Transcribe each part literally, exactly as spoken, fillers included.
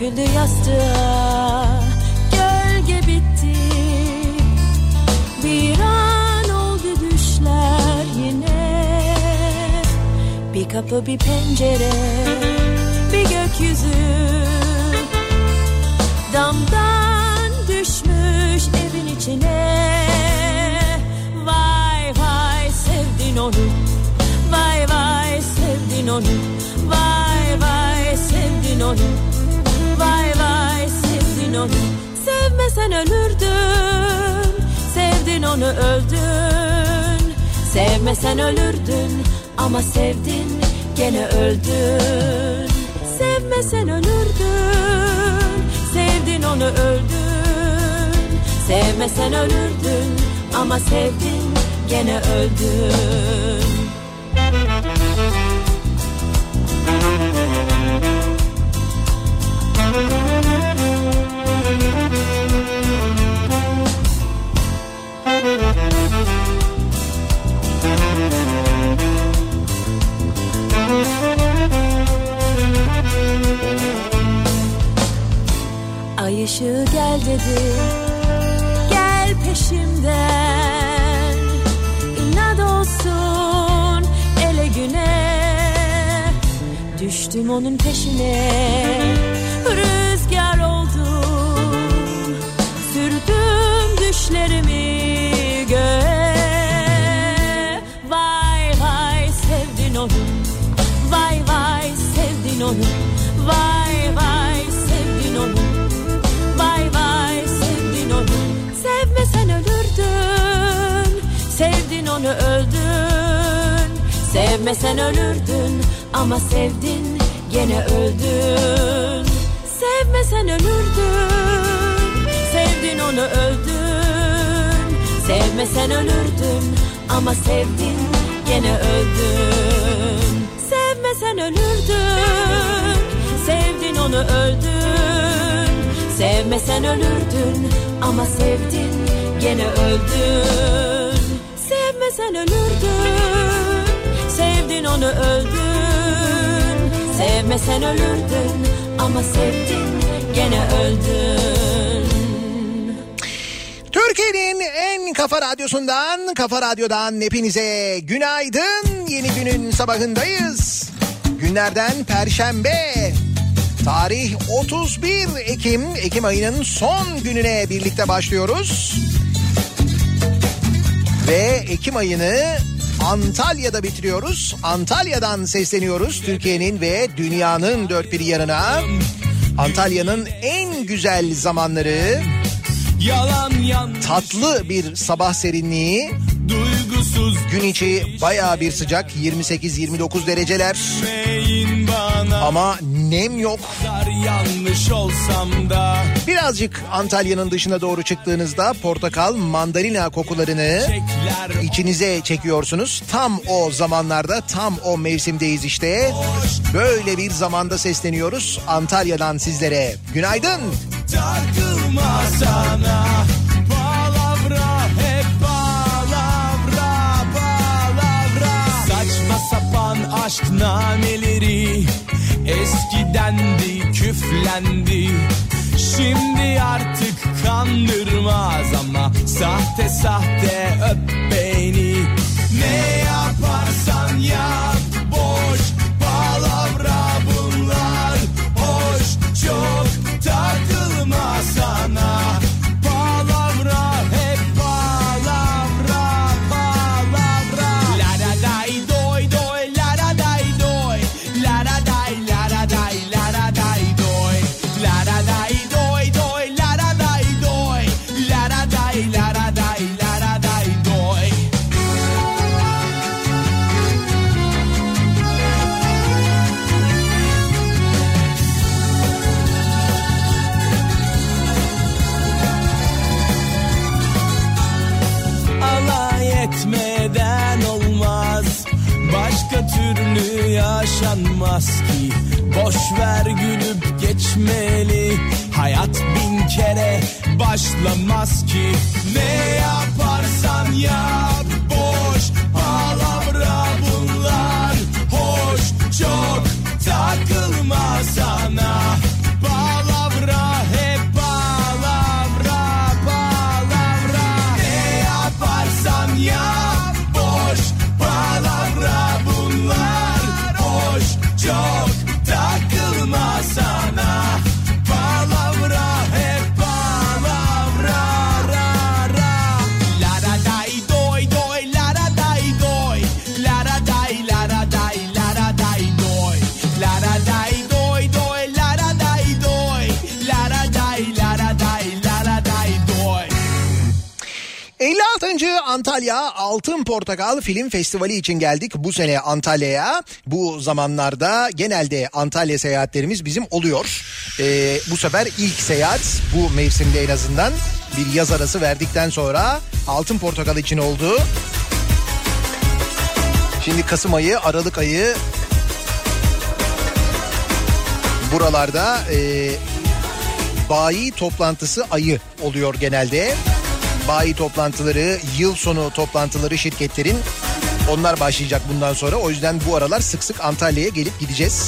döküldü yastığa, gölge bitti. Bir an oldu düşler yine. Bir kapı, bir pencere, bir gökyüzü. Damdan düşmüş evin içine. Vay vay sevdin onu, vay vay sevdin onu, vay vay sevdin onu, vay vay sevdin onu. Sevmesen ölürdün, sevdin onu öldün. Sevmesen ölürdün ama sevdin gene öldün. Sevmesen ölürdün, sevdin onu öldün. Sevmesen ölürdün ama sevdin gene öldün. Ay ışığı gel dedi, gel peşimden. İnat olsun ele güne, düştüm onun peşine. Rüzgar oldum, sürdüm düşlerimi göğe. Vay vay sevdin onu, vay vay sevdin onu, vay vay sevdin onu, vay vay sevdin onu. Sevmesen ölürdün, sevdin onu öldün. Sevmesen ölürdün ama sevdin gene öldün. Sevmesen ölürdün, sevdin onu öldün. Sevmesen ölürdün ama sevdin gene öldün. Sevmesen ölürdün, sevdin onu öldün. Sevmesen ölürdün ama sevdin gene öldün. Sevmesen ölürdün, sevdin onu öldün. Sevmesen ölürdün ama sevdin gene öldün. Türkiye'nin en kafa radyosundan, Kafa Radyo'dan hepinize günaydın. Yeni günün sabahındayız. Günlerden Perşembe. Tarih otuz bir Ekim. Ekim ayının son gününe birlikte başlıyoruz. Ve Ekim ayını Antalya'da bitiriyoruz. Antalya'dan sesleniyoruz Türkiye'nin ve dünyanın dört bir yanına. Antalya'nın en güzel zamanları, yalan, tatlı bir sabah serinliği, duygusuz gün içi bayağı bir sıcak, yirmi sekiz yirmi dokuz dereceler ama nem yok. Yanlış olsam da birazcık Antalya'nın dışına doğru çıktığınızda portakal, mandalina kokularını içinize çekiyorsunuz. Tam o zamanlarda, tam o mevsimdeyiz işte. Böyle bir zamanda sesleniyoruz Antalya'dan sizlere. Günaydın. Takılma sana palavra, hep palavra, palavra. Saçma sapan aşk nameleri eskidendi, küflendi. Şimdi artık kandırmaz ama sahte sahte öp beni. Ne yaparsan yap, boş palavra bunlar. Hoş çok takılma sana. Palavra hep palavra, palavra. La da day doy doy, la da day doy, la da day, la da day, la da day doy, la da day doy doy, la da day doy, la da day, la da day, la da day doy. Alay etmeden olmaz, başka türlü yaşanmaz ki. Boş ver gülüp geçmeli, hayat bin kere başlamaz ki. Ne yaparsan yap, boş palavra bunlar. Hoş çok takılma sana. Palavra altıncı Antalya Altın Portakal Film Festivali için geldik bu sene Antalya'ya. Bu zamanlarda genelde Antalya seyahatlerimiz bizim oluyor. Ee, bu sefer ilk seyahat bu mevsimde en azından bir yaz arası verdikten sonra Altın Portakal için oldu. Şimdi Kasım ayı, Aralık ayı buralarda e, bayi toplantısı ayı oluyor genelde. Bayi toplantıları, yıl sonu toplantıları şirketlerin, onlar başlayacak bundan sonra. O yüzden bu aralar sık sık Antalya'ya gelip gideceğiz.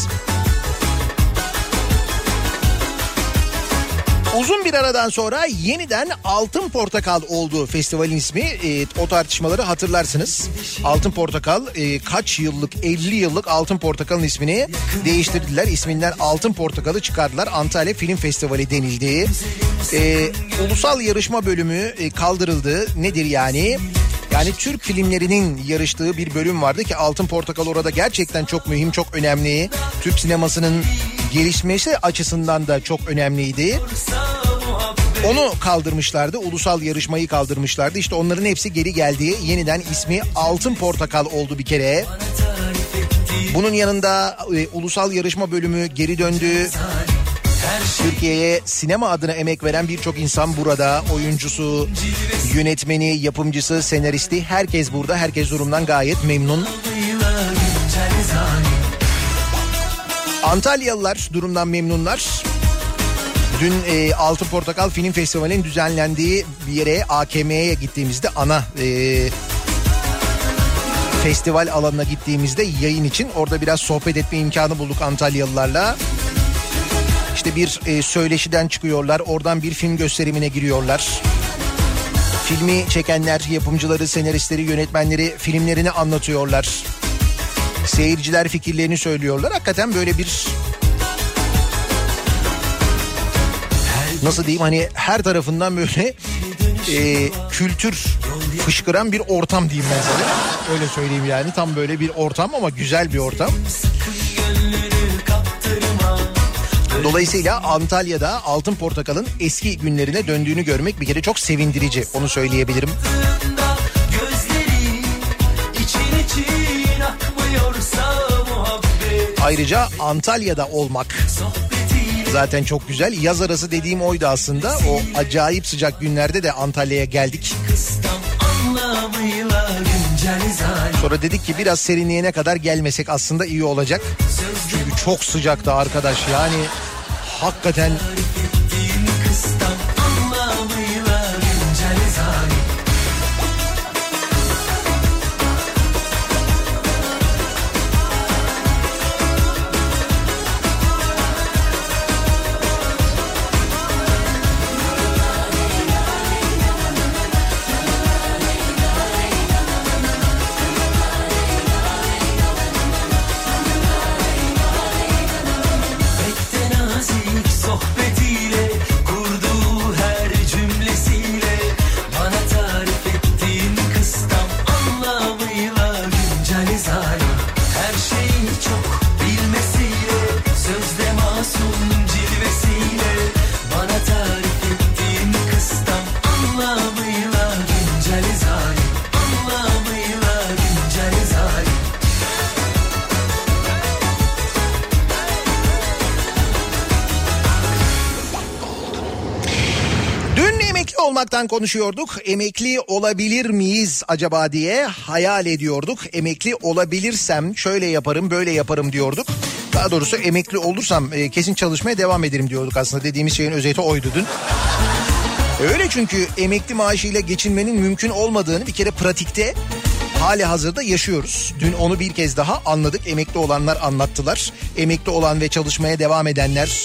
Uzun bir aradan sonra yeniden Altın Portakal oldu festivalin ismi. E, o tartışmaları hatırlarsınız. Altın Portakal e, kaç yıllık, elli yıllık Altın Portakal'ın ismini değiştirdiler. İsminden Altın Portakal'ı çıkardılar. Antalya Film Festivali denildi. E, ulusal yarışma bölümü e, kaldırıldı. Nedir yani? Yani Türk filmlerinin yarıştığı bir bölüm vardı ki Altın Portakal orada gerçekten çok mühim, çok önemli. Türk sinemasının gelişmesi açısından da çok önemliydi. Onu kaldırmışlardı, ulusal yarışmayı kaldırmışlardı. İşte onların hepsi geri geldi. Yeniden ismi Altın Portakal oldu bir kere. Bunun yanında e, ulusal yarışma bölümü geri döndü. Türkiye'ye sinema adına emek veren birçok insan burada. Oyuncusu, yönetmeni, yapımcısı, senaristi, herkes burada. Herkes durumdan gayet memnun. Antalyalılar durumdan memnunlar. Dün e, Altın Portakal Film Festivali'nin düzenlendiği bir yere, A K M'ye gittiğimizde, ana e, festival alanına gittiğimizde yayın için orada biraz sohbet etme imkanı bulduk Antalyalılarla. İşte bir e, söyleşiden çıkıyorlar, oradan bir film gösterimine giriyorlar. Filmi çekenler, yapımcıları, senaristleri, yönetmenleri filmlerini anlatıyorlar. Seyirciler fikirlerini söylüyorlar. Hakikaten böyle bir, nasıl diyeyim, hani her tarafından böyle e, kültür fışkıran bir ortam diyeyim ben sana. Öyle söyleyeyim yani, tam böyle bir ortam ama güzel bir ortam. Dolayısıyla Antalya'da Altın Portakal'ın eski günlerine döndüğünü görmek bir kere çok sevindirici, onu söyleyebilirim. Ayrıca Antalya'da olmak zaten çok güzel. Yaz arası dediğim oydu aslında. O acayip sıcak günlerde de Antalya'ya geldik. Sonra dedik ki biraz serinleyene kadar gelmesek aslında iyi olacak. Çünkü çok sıcaktı arkadaş, yani hakikaten. Olmaktan konuşuyorduk. Emekli olabilir miyiz acaba diye hayal ediyorduk. Emekli olabilirsem şöyle yaparım, böyle yaparım diyorduk. Daha doğrusu emekli olursam e, kesin çalışmaya devam ederim diyorduk aslında. Dediğimiz şeyin özeti oydu dün. Öyle, çünkü emekli maaşıyla geçinmenin mümkün olmadığını bir kere pratikte hali hazırda yaşıyoruz. Dün onu bir kez daha anladık. Emekli olanlar anlattılar. Emekli olan ve çalışmaya devam edenler,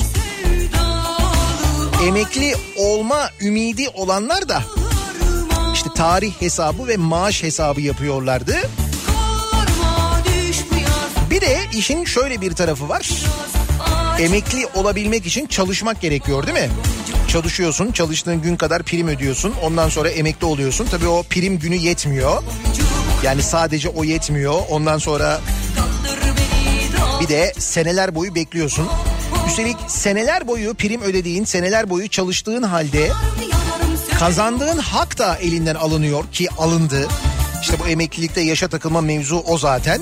emekli olma ümidi olanlar da işte tarih hesabı ve maaş hesabı yapıyorlardı. Bir de işin şöyle bir tarafı var. Emekli olabilmek için çalışmak gerekiyor, değil mi? Çalışıyorsun, çalıştığın gün kadar prim ödüyorsun. Ondan sonra emekli oluyorsun. Tabii o prim günü yetmiyor. Yani sadece o yetmiyor. Ondan sonra bir de seneler boyu bekliyorsun. Üstelik seneler boyu prim ödediğin, seneler boyu çalıştığın halde Kazandığın hak da elinden alınıyor ki alındı. İşte bu emeklilikte yaşa takılma mevzu o zaten.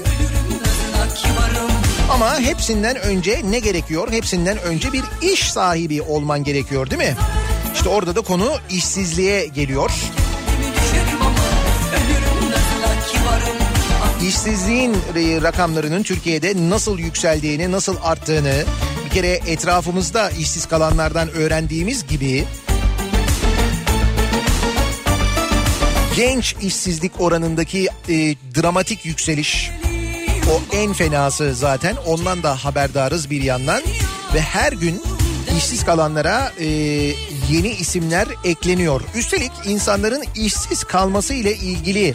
Ama hepsinden önce ne gerekiyor? Hepsinden önce bir iş sahibi olman gerekiyor, değil mi? İşte orada da konu işsizliğe geliyor. İşsizliğin rakamlarının Türkiye'de nasıl yükseldiğini, nasıl arttığını bir kere etrafımızda işsiz kalanlardan öğrendiğimiz gibi genç işsizlik oranındaki e, dramatik yükseliş, o en fenası zaten, ondan da haberdarız bir yandan ve her gün işsiz kalanlara e, yeni isimler ekleniyor. Üstelik insanların işsiz kalması ile ilgili,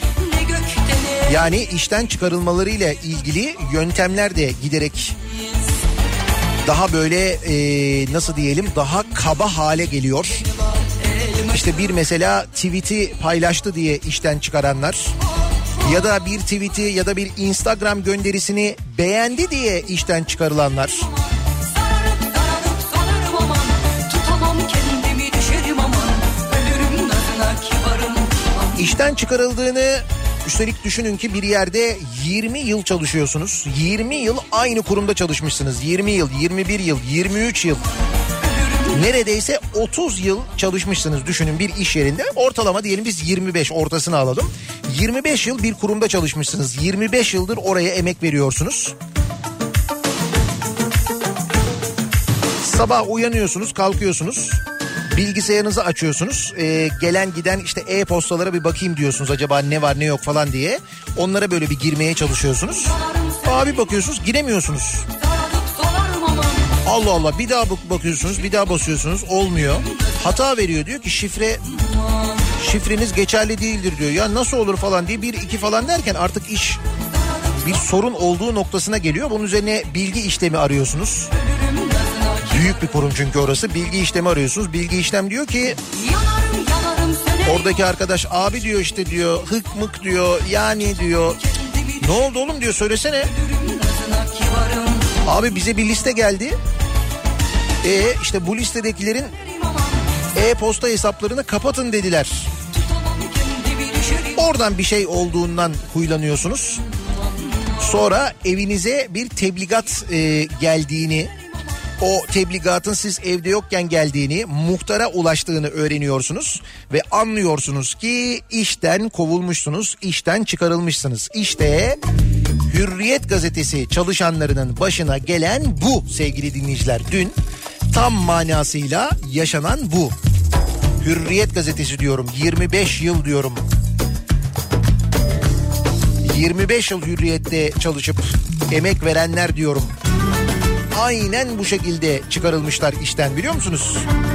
yani işten çıkarılmaları ile ilgili yöntemler de giderek daha böyle e, nasıl diyelim, daha kaba hale geliyor. İşte bir mesela tweet'i paylaştı diye işten çıkaranlar ya da bir tweet'i ya da bir Instagram gönderisini beğendi diye işten çıkarılanlar. İşten çıkarıldığını üstelik düşünün ki bir yerde yirmi yıl çalışıyorsunuz. yirmi yıl aynı kurumda çalışmışsınız. yirmi yıl, yirmi bir yıl, yirmi üç yıl. Neredeyse otuz yıl çalışmışsınız düşünün bir iş yerinde. Ortalama diyelim biz yirmi beş, ortasını alalım. yirmi beş yıl bir kurumda çalışmışsınız. yirmi beş yıldır oraya emek veriyorsunuz. Sabah uyanıyorsunuz, kalkıyorsunuz. Bilgisayarınızı açıyorsunuz. Ee, gelen giden işte e-postalara bir bakayım diyorsunuz. Acaba ne var ne yok falan diye. Onlara böyle bir girmeye çalışıyorsunuz. Abi bakıyorsunuz, giremiyorsunuz. Allah Allah, bir daha bakıyorsunuz, bir daha basıyorsunuz, olmuyor. Hata veriyor, diyor ki şifre şifreniz geçerli değildir diyor. Ya nasıl olur falan diye bir iki falan derken artık iş bir sorun olduğu noktasına geliyor. Bunun üzerine bilgi işlemi arıyorsunuz. Büyük bir kurum çünkü orası. Bilgi işlemi arıyorsunuz. Bilgi işlem diyor ki oradaki arkadaş abi diyor işte diyor hık mık diyor yani diyor. Ne oldu oğlum diyor, söylesene. Abi bize bir liste geldi. E işte bu listedekilerin e-posta hesaplarını kapatın dediler. Oradan bir şey olduğundan huylanıyorsunuz. Sonra evinize bir tebligat e, geldiğini, o tebligatın siz evde yokken geldiğini, muhtara ulaştığını öğreniyorsunuz ve anlıyorsunuz ki işten kovulmuşsunuz, işten çıkarılmışsınız. İşte Hürriyet gazetesi çalışanlarının başına gelen bu sevgili dinleyiciler. Dün tam manasıyla yaşanan bu. Hürriyet gazetesi diyorum, yirmi beş yıl diyorum. yirmi beş yıl Hürriyet'te çalışıp emek verenler diyorum. Aynen bu şekilde çıkarılmışlar işten, biliyor musunuz?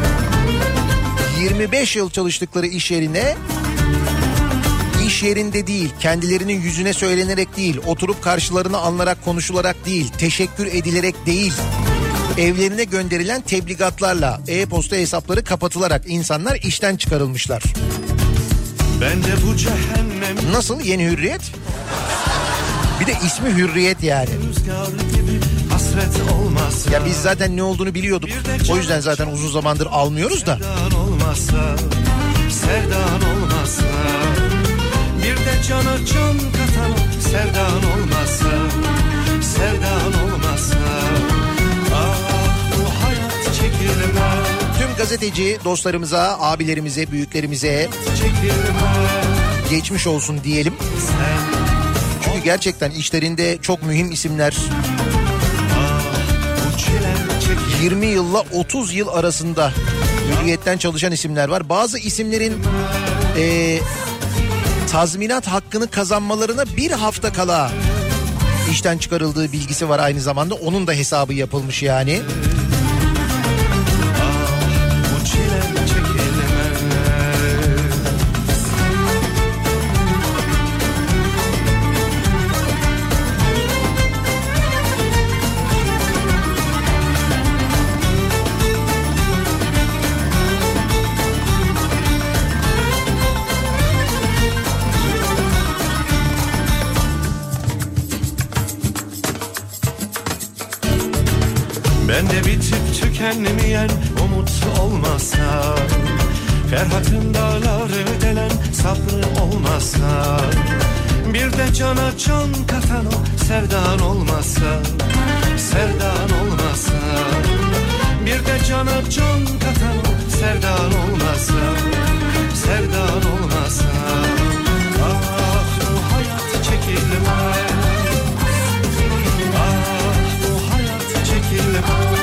yirmi beş yıl çalıştıkları iş yerine, iş yerinde değil, kendilerinin yüzüne söylenerek değil, oturup karşılarına alınarak konuşularak değil, teşekkür edilerek değil, evlerine gönderilen tebligatlarla e-posta hesapları kapatılarak insanlar işten çıkarılmışlar. Ben de bu cehennem. Nasıl, yeni Hürriyet? Bir de ismi Hürriyet yani. Ya biz zaten ne olduğunu biliyorduk. O yüzden zaten uzun zamandır almıyoruz da. Sevdan olmazsa, sevdan olmazsa, bir de cana can katan sevdan olmazsa, sevdan olmazsa, ah bu hayat çekilmez. Tüm gazeteci dostlarımıza, abilerimize, büyüklerimize Çekilmez. geçmiş olsun diyelim. Çünkü gerçekten işlerinde çok mühim isimler. yirmi yılla otuz yıl arasında Hürriyet'ten çalışan isimler var. Bazı isimlerin e, tazminat hakkını kazanmalarına bir hafta kala işten çıkarıldığı bilgisi var aynı zamanda. Onun da hesabı yapılmış yani. Ben de bitip tükenmeyen umut olmasa, Ferhat'ın dağları delen sabrı olmasa, bir de cana can katan o sevdan olmasa, sevdan olmasa, bir de cana can katan o sevdan olmasa, sevdan olmasa, ah bu hayat çekilmez, ah bu hayat çekilmez,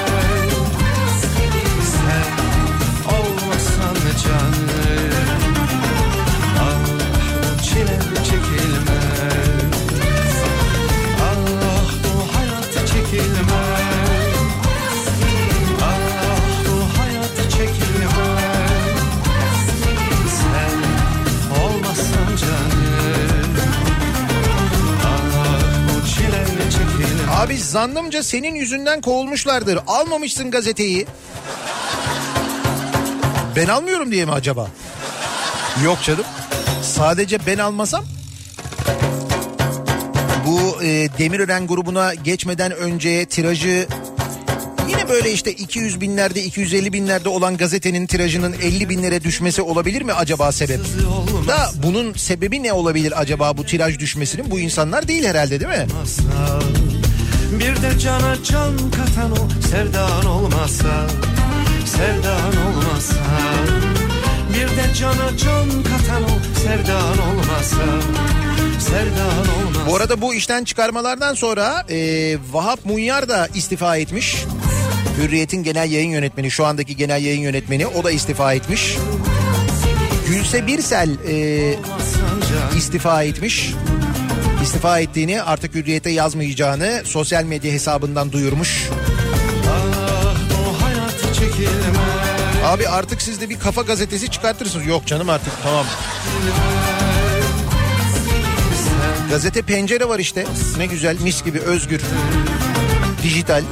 sen olmasan canım, ah bu çile çekilmez, ah bu hayat çekilmez, ah bu hayat çekilmez, sen olmasan canım, ah bu çile çekilmez. Abi zannımca senin yüzünden kovulmuşlardır. Almamışsın gazeteyi. Ben almıyorum diye mi acaba? Yok canım. Sadece ben almasam. Bu e, Demirören grubuna geçmeden önce tirajı yine böyle işte iki yüz binlerde iki yüz elli binlerde olan gazetenin tirajının elli binlere düşmesi olabilir mi acaba sebep? Da bunun sebebi ne olabilir acaba bu tiraj düşmesinin? Bu insanlar değil herhalde, değil mi? Bir de cana can katan o sevdan olmasa, sevdan olmasa, bir de cana can katan o sevdan olmasa, sevdan olmasa. Bu arada bu işten çıkarmalardan sonra e, Vahap Munyar da istifa etmiş. Hürriyet'in genel yayın yönetmeni, şu andaki genel yayın yönetmeni, o da istifa etmiş. Gülse Birsel e, istifa etmiş. İstifa ettiğini, artık Hürriyet'e yazmayacağını sosyal medya hesabından duyurmuş. Abi artık siz de bir kafa gazetesi çıkartırsınız. Yok canım artık, tamam. Gazete Pencere var işte. Ne güzel, mis gibi, özgür. Dijital.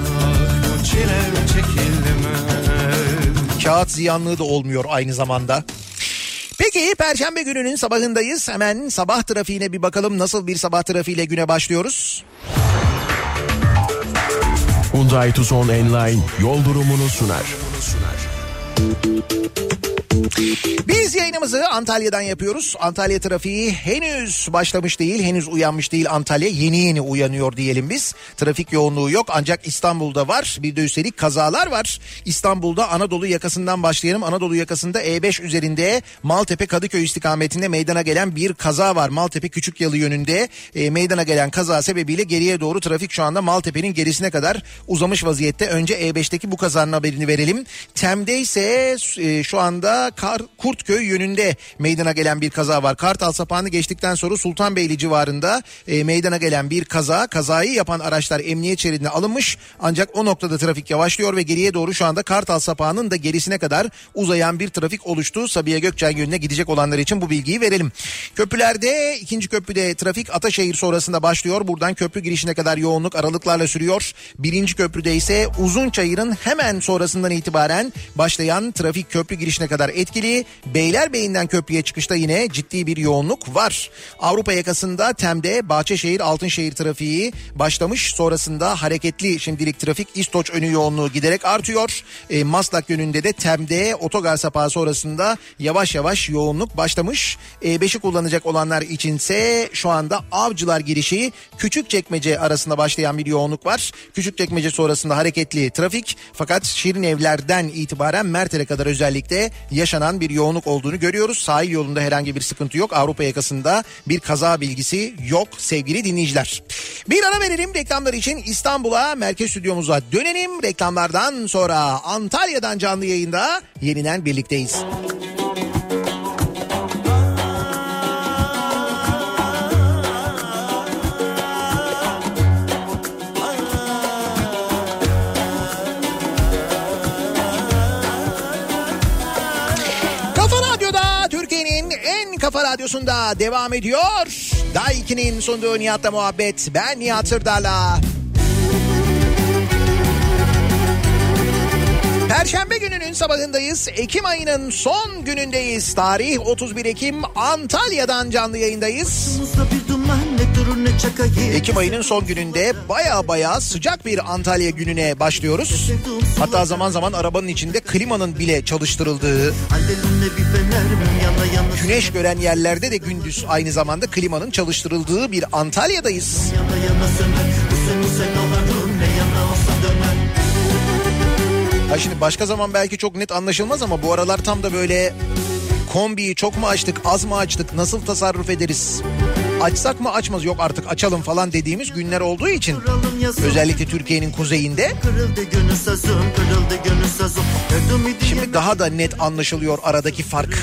Kağıt ziyanlığı da olmuyor aynı zamanda. Peki Perşembe gününün sabahındayız. Hemen sabah trafiğine bir bakalım. Nasıl bir sabah trafiğiyle güne başlıyoruz? Hyundai Tucson Enline yol durumunu sunar. Biz yayınımızı Antalya'dan yapıyoruz. Antalya trafiği henüz başlamış değil, henüz uyanmış değil Antalya. Yeni yeni uyanıyor diyelim biz. Trafik yoğunluğu yok ancak İstanbul'da var. Bir de üstelik kazalar var. İstanbul'da Anadolu yakasından başlayalım. Anadolu yakasında E beş üzerinde Maltepe Kadıköy istikametinde meydana gelen bir kaza var. Maltepe Küçükyalı yönünde e, meydana gelen kaza sebebiyle geriye doğru trafik şu anda Maltepe'nin gerisine kadar uzamış vaziyette. Önce E beşteki bu kazanın haberini verelim. Tem'de ise e, şu anda Kar, Kurtköy yönünde meydana gelen bir kaza var. Kartal sapağını geçtikten sonra Sultanbeyli civarında e, meydana gelen bir kaza. Kazayı yapan araçlar emniyet şeridine alınmış. Ancak o noktada trafik yavaşlıyor ve geriye doğru şu anda Kartal sapağının da gerisine kadar uzayan bir trafik oluştu. Sabiha Gökçen yönüne gidecek olanlar için bu bilgiyi verelim. Köprülerde, ikinci köprüde trafik Ataşehir sonrasında başlıyor. Buradan köprü girişine kadar yoğunluk aralıklarla sürüyor. Birinci köprüde ise Uzunçayır'ın hemen sonrasından itibaren başlayan trafik köprü girişine kadar etkili. Beylerbeyi'nden köprüye çıkışta yine ciddi bir yoğunluk var. Avrupa yakasında Tem'de Bahçeşehir Altınşehir trafiği başlamış. Sonrasında hareketli şimdilik trafik İstoç önü yoğunluğu giderek artıyor. E, Maslak yönünde de Tem'de otogar sapağı sonrasında yavaş yavaş yoğunluk başlamış. E beşi kullanacak olanlar içinse şu anda Avcılar girişi Küçükçekmece arasında başlayan bir yoğunluk var. Küçükçekmece sonrasında hareketli trafik, fakat Şirinevler'den itibaren Merter'e kadar özellikle yaşanan bir yoğunluk olduğunu görüyoruz. Sahil yolunda herhangi bir sıkıntı yok. Avrupa yakasında bir kaza bilgisi yok sevgili dinleyiciler. Bir ara verelim reklamlar için. İstanbul'a, merkez stüdyomuza dönelim. Reklamlardan sonra Antalya'dan canlı yayında yeniden birlikteyiz. Kafa Radyosu'nda devam ediyor. Daiki'nin sunduğu Nihat'la muhabbet. Ben Nihat Sırdar'la. Perşembe gününün sabahındayız. Ekim ayının son günündeyiz. Tarih otuz bir Ekim, Antalya'dan canlı yayındayız. Ekim ayının son gününde baya baya sıcak bir Antalya gününe başlıyoruz. Hatta zaman zaman arabanın içinde klimanın bile çalıştırıldığı, güneş gören yerlerde de gündüz aynı zamanda klimanın çalıştırıldığı bir Antalya'dayız. Ha şimdi başka zaman belki çok net anlaşılmaz ama bu aralar tam da böyle kombiyi çok mu açtık, az mı açtık, nasıl tasarruf ederiz? Açsak mı açmaz, yok artık açalım falan dediğimiz günler olduğu için özellikle Türkiye'nin kuzeyinde şimdi daha da net anlaşılıyor aradaki fark.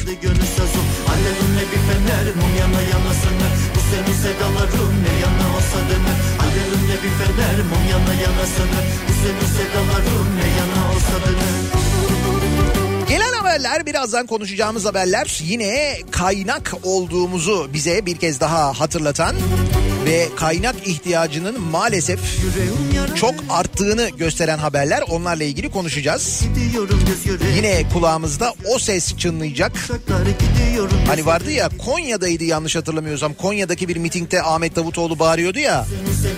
Gelen haberler, birazdan konuşacağımız haberler yine kaynak olduğumuzu bize bir kez daha hatırlatan ve kaynak ihtiyacının maalesef çok arttığını gösteren haberler. Onlarla ilgili konuşacağız. Yine kulağımızda o ses çınlayacak. Hani vardı ya, Konya'daydı yanlış hatırlamıyorsam. Konya'daki bir mitingde Ahmet Davutoğlu bağırıyordu ya.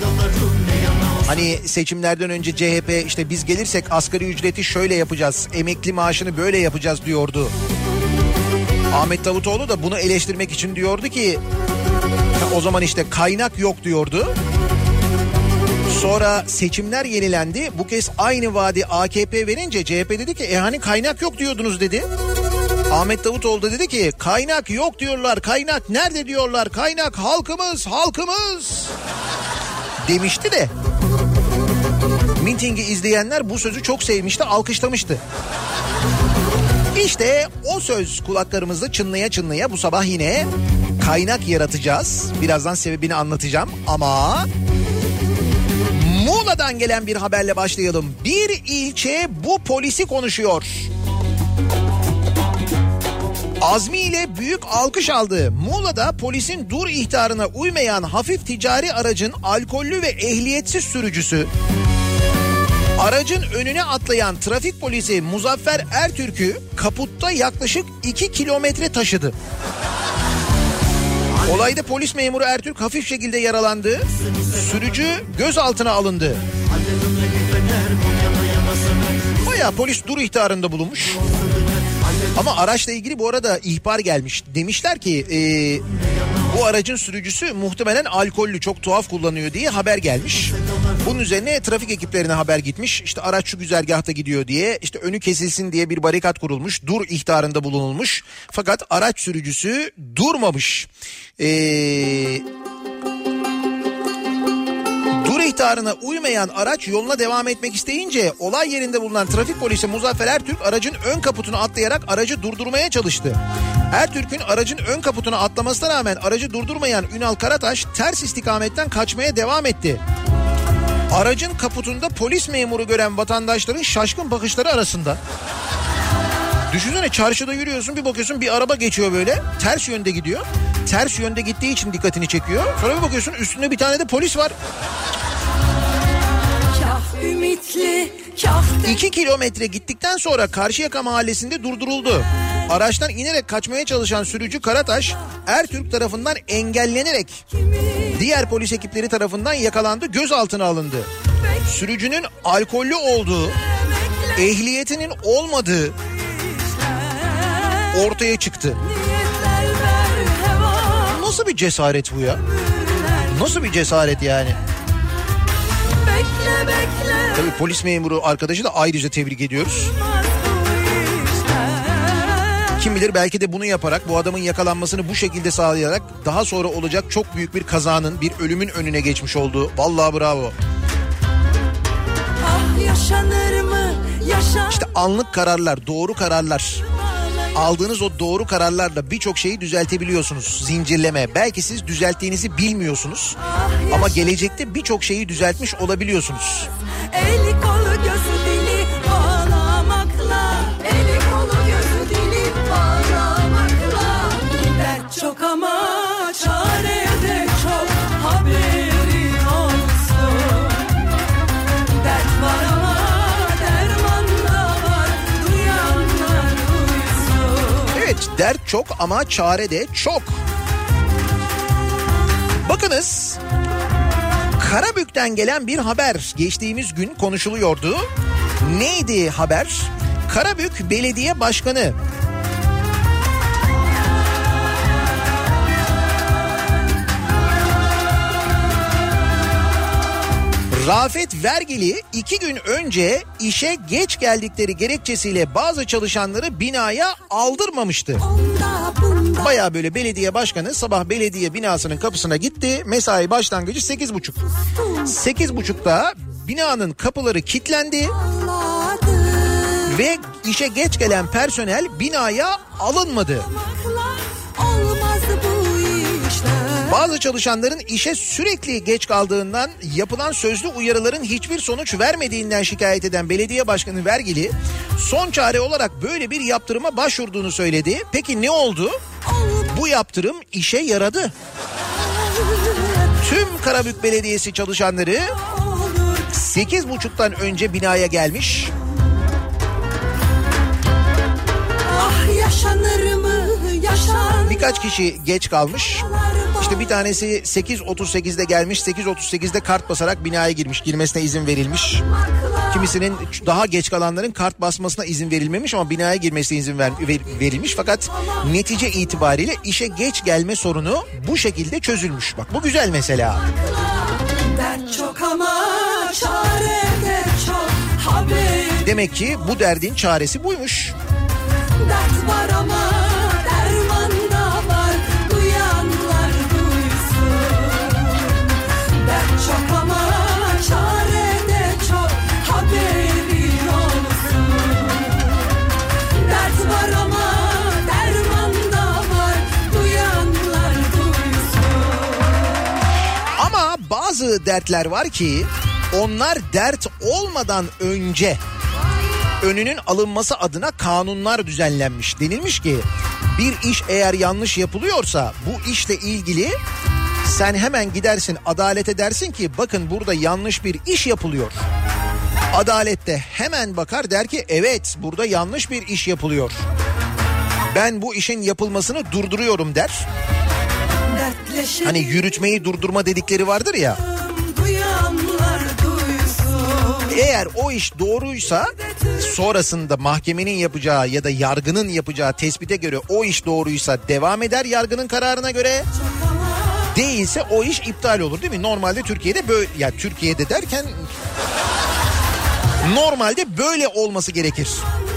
Hani seçimlerden önce C H P işte biz gelirsek asgari ücreti şöyle yapacağız, emekli maaşını böyle yapacağız diyordu. Ahmet Davutoğlu da bunu eleştirmek için diyordu ki o zaman işte kaynak yok diyordu. Sonra seçimler yenilendi. Bu kez aynı vaadi A K P verince C H P dedi ki e hani kaynak yok diyordunuz dedi. Ahmet Davutoğlu da dedi ki kaynak yok diyorlar, kaynak nerede diyorlar, kaynak halkımız, halkımız demişti de. Mitingi izleyenler bu sözü çok sevmişti, alkışlamıştı. İşte o söz kulaklarımızda çınlaya çınlaya bu sabah yine kaynak yaratacağız. Birazdan sebebini anlatacağım ama Muğla'dan gelen bir haberle başlayalım. Bir ilçe bu polisi konuşuyor. Azmi ile büyük alkış aldı. Muğla'da polisin dur ihtarına uymayan hafif ticari aracın alkollü ve ehliyetsiz sürücüsü aracın önüne atlayan trafik polisi Muzaffer Ertürk'ü kaputta yaklaşık iki kilometre taşıdı. Olayda polis memuru Ertürk hafif şekilde yaralandı. Sürücü gözaltına alındı. Bayağı polis dur ihtarında bulunmuş. Ama araçla ilgili bu arada ihbar gelmiş. Demişler ki e, bu aracın sürücüsü muhtemelen alkollü, çok tuhaf kullanıyor diye haber gelmiş. Bunun üzerine trafik ekiplerine haber gitmiş. İşte araç şu güzergahta gidiyor diye, işte önü kesilsin diye bir barikat kurulmuş. Dur ihtarında bulunulmuş. Fakat araç sürücüsü durmamış. Eee... Dur ihtarına uymayan araç yoluna devam etmek isteyince olay yerinde bulunan trafik polisi Muzaffer Ertürk aracın ön kaputunu atlayarak aracı durdurmaya çalıştı. Ertürk'ün aracın ön kaputuna atlamasına rağmen aracı durdurmayan Ünal Karataş ters istikametten kaçmaya devam etti. Aracın kaputunda polis memuru gören vatandaşların şaşkın bakışları arasında. Düşünsene, çarşıda yürüyorsun, bir bakıyorsun bir araba geçiyor böyle, ters yönde gidiyor. Ters yönde gittiği için dikkatini çekiyor. Sonra bir bakıyorsun üstünde bir tane de polis var. Ümitli, İki kilometre gittikten sonra Karşıyaka mahallesinde durduruldu. Araçtan inerek kaçmaya çalışan sürücü Karataş, Ertürk tarafından engellenerek diğer polis ekipleri tarafından yakalandı, gözaltına alındı. Sürücünün alkollü olduğu, ehliyetinin olmadığı ortaya çıktı. Nasıl bir cesaret bu ya? Nasıl bir cesaret yani? Bekle, bekle. Tabii polis memuru arkadaşı da ayrıca tebrik ediyoruz. Kim bilir belki de bunu yaparak, bu adamın yakalanmasını bu şekilde sağlayarak daha sonra olacak çok büyük bir kazanın, bir ölümün önüne geçmiş oldu. Vallahi bravo. Ah, yaşanır mı? Yaşan... İşte anlık kararlar, doğru kararlar. Aldığınız o doğru kararlarla birçok şeyi düzeltebiliyorsunuz. Zincirleme. Belki siz düzelttiğinizi bilmiyorsunuz. Ama gelecekte birçok şeyi düzeltmiş olabiliyorsunuz. Eli kolu gözü dili bağlamakla, eli kolu gözü dili bağlamakla. Dert çok ama çare de çok, haberin olsun. Dert var ama dert çok ama çare de çok. Bakınız, Karabük'ten gelen bir haber geçtiğimiz gün konuşuluyordu. Neydi haber? Karabük Belediye Başkanı Rafet Vergili iki gün önce işe geç geldikleri gerekçesiyle bazı çalışanları binaya aldırmamıştı. Baya böyle belediye başkanı sabah belediye binasının kapısına gitti. Mesai başlangıcı sekiz buçuk. sekiz buçukta binanın kapıları kilitlendi. Ve işe geç gelen personel binaya alınmadı. Bazı çalışanların işe sürekli geç kaldığından, yapılan sözlü uyarıların hiçbir sonuç vermediğinden şikayet eden belediye başkanı Vergili son çare olarak böyle bir yaptırıma başvurduğunu söyledi. Peki ne oldu? Bu yaptırım işe yaradı. Tüm Karabük Belediyesi çalışanları sekiz buçuktan önce binaya gelmiş. Birkaç kişi geç kalmış. İşte bir tanesi sekiz otuz sekizde gelmiş. sekiz otuz sekizde kart basarak binaya girmiş. Girmesine izin verilmiş. Kimisinin daha geç kalanların kart basmasına izin verilmemiş ama binaya girmesine izin ver, ver, verilmiş. Fakat netice itibariyle işe geç gelme sorunu bu şekilde çözülmüş. Bak bu güzel mesela. Çok ama çare de çok haber. Demek ki bu derdin çaresi buymuş. Dert var ama derman da var, duyanlar duysun. Dert çok ama çare de çok, haberin olsun. Dert var ama derman da var, duyanlar duysun. Ama bazı dertler var ki onlar dert olmadan önce önünün alınması adına kanunlar düzenlenmiş. Denilmiş ki bir iş eğer yanlış yapılıyorsa bu işle ilgili sen hemen gidersin adalete, dersin ki bakın burada yanlış bir iş yapılıyor. Adalet de hemen bakar, der ki evet burada yanlış bir iş yapılıyor. Ben bu işin yapılmasını durduruyorum der. Hani yürütmeyi durdurma dedikleri vardır ya. Eğer o iş doğruysa sonrasında mahkemenin yapacağı ya da yargının yapacağı tespite göre o iş doğruysa devam eder yargının kararına göre. Değilse o iş iptal olur, değil mi? Normalde Türkiye'de böyle, ya Türkiye'de derken normalde böyle olması gerekir.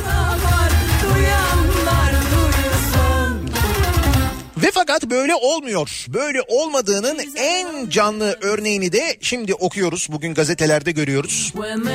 Ve fakat böyle olmuyor. Böyle olmadığının en canlı örneğini de şimdi okuyoruz. Bugün gazetelerde görüyoruz.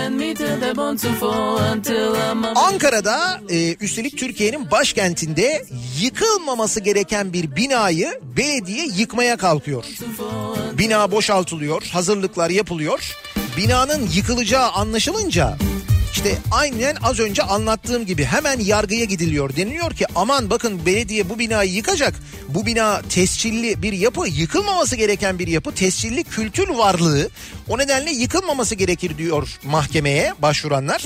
Ankara'da e, üstelik Türkiye'nin başkentinde yıkılmaması gereken bir binayı belediye yıkmaya kalkıyor. Bina boşaltılıyor, hazırlıklar yapılıyor. Binanın yıkılacağı anlaşılınca İşte aynen az önce anlattığım gibi hemen yargıya gidiliyor. Deniliyor ki aman bakın belediye bu binayı yıkacak. Bu bina tescilli bir yapı, yıkılmaması gereken bir yapı, tescilli kültür varlığı. O nedenle yıkılmaması gerekir diyor mahkemeye başvuranlar.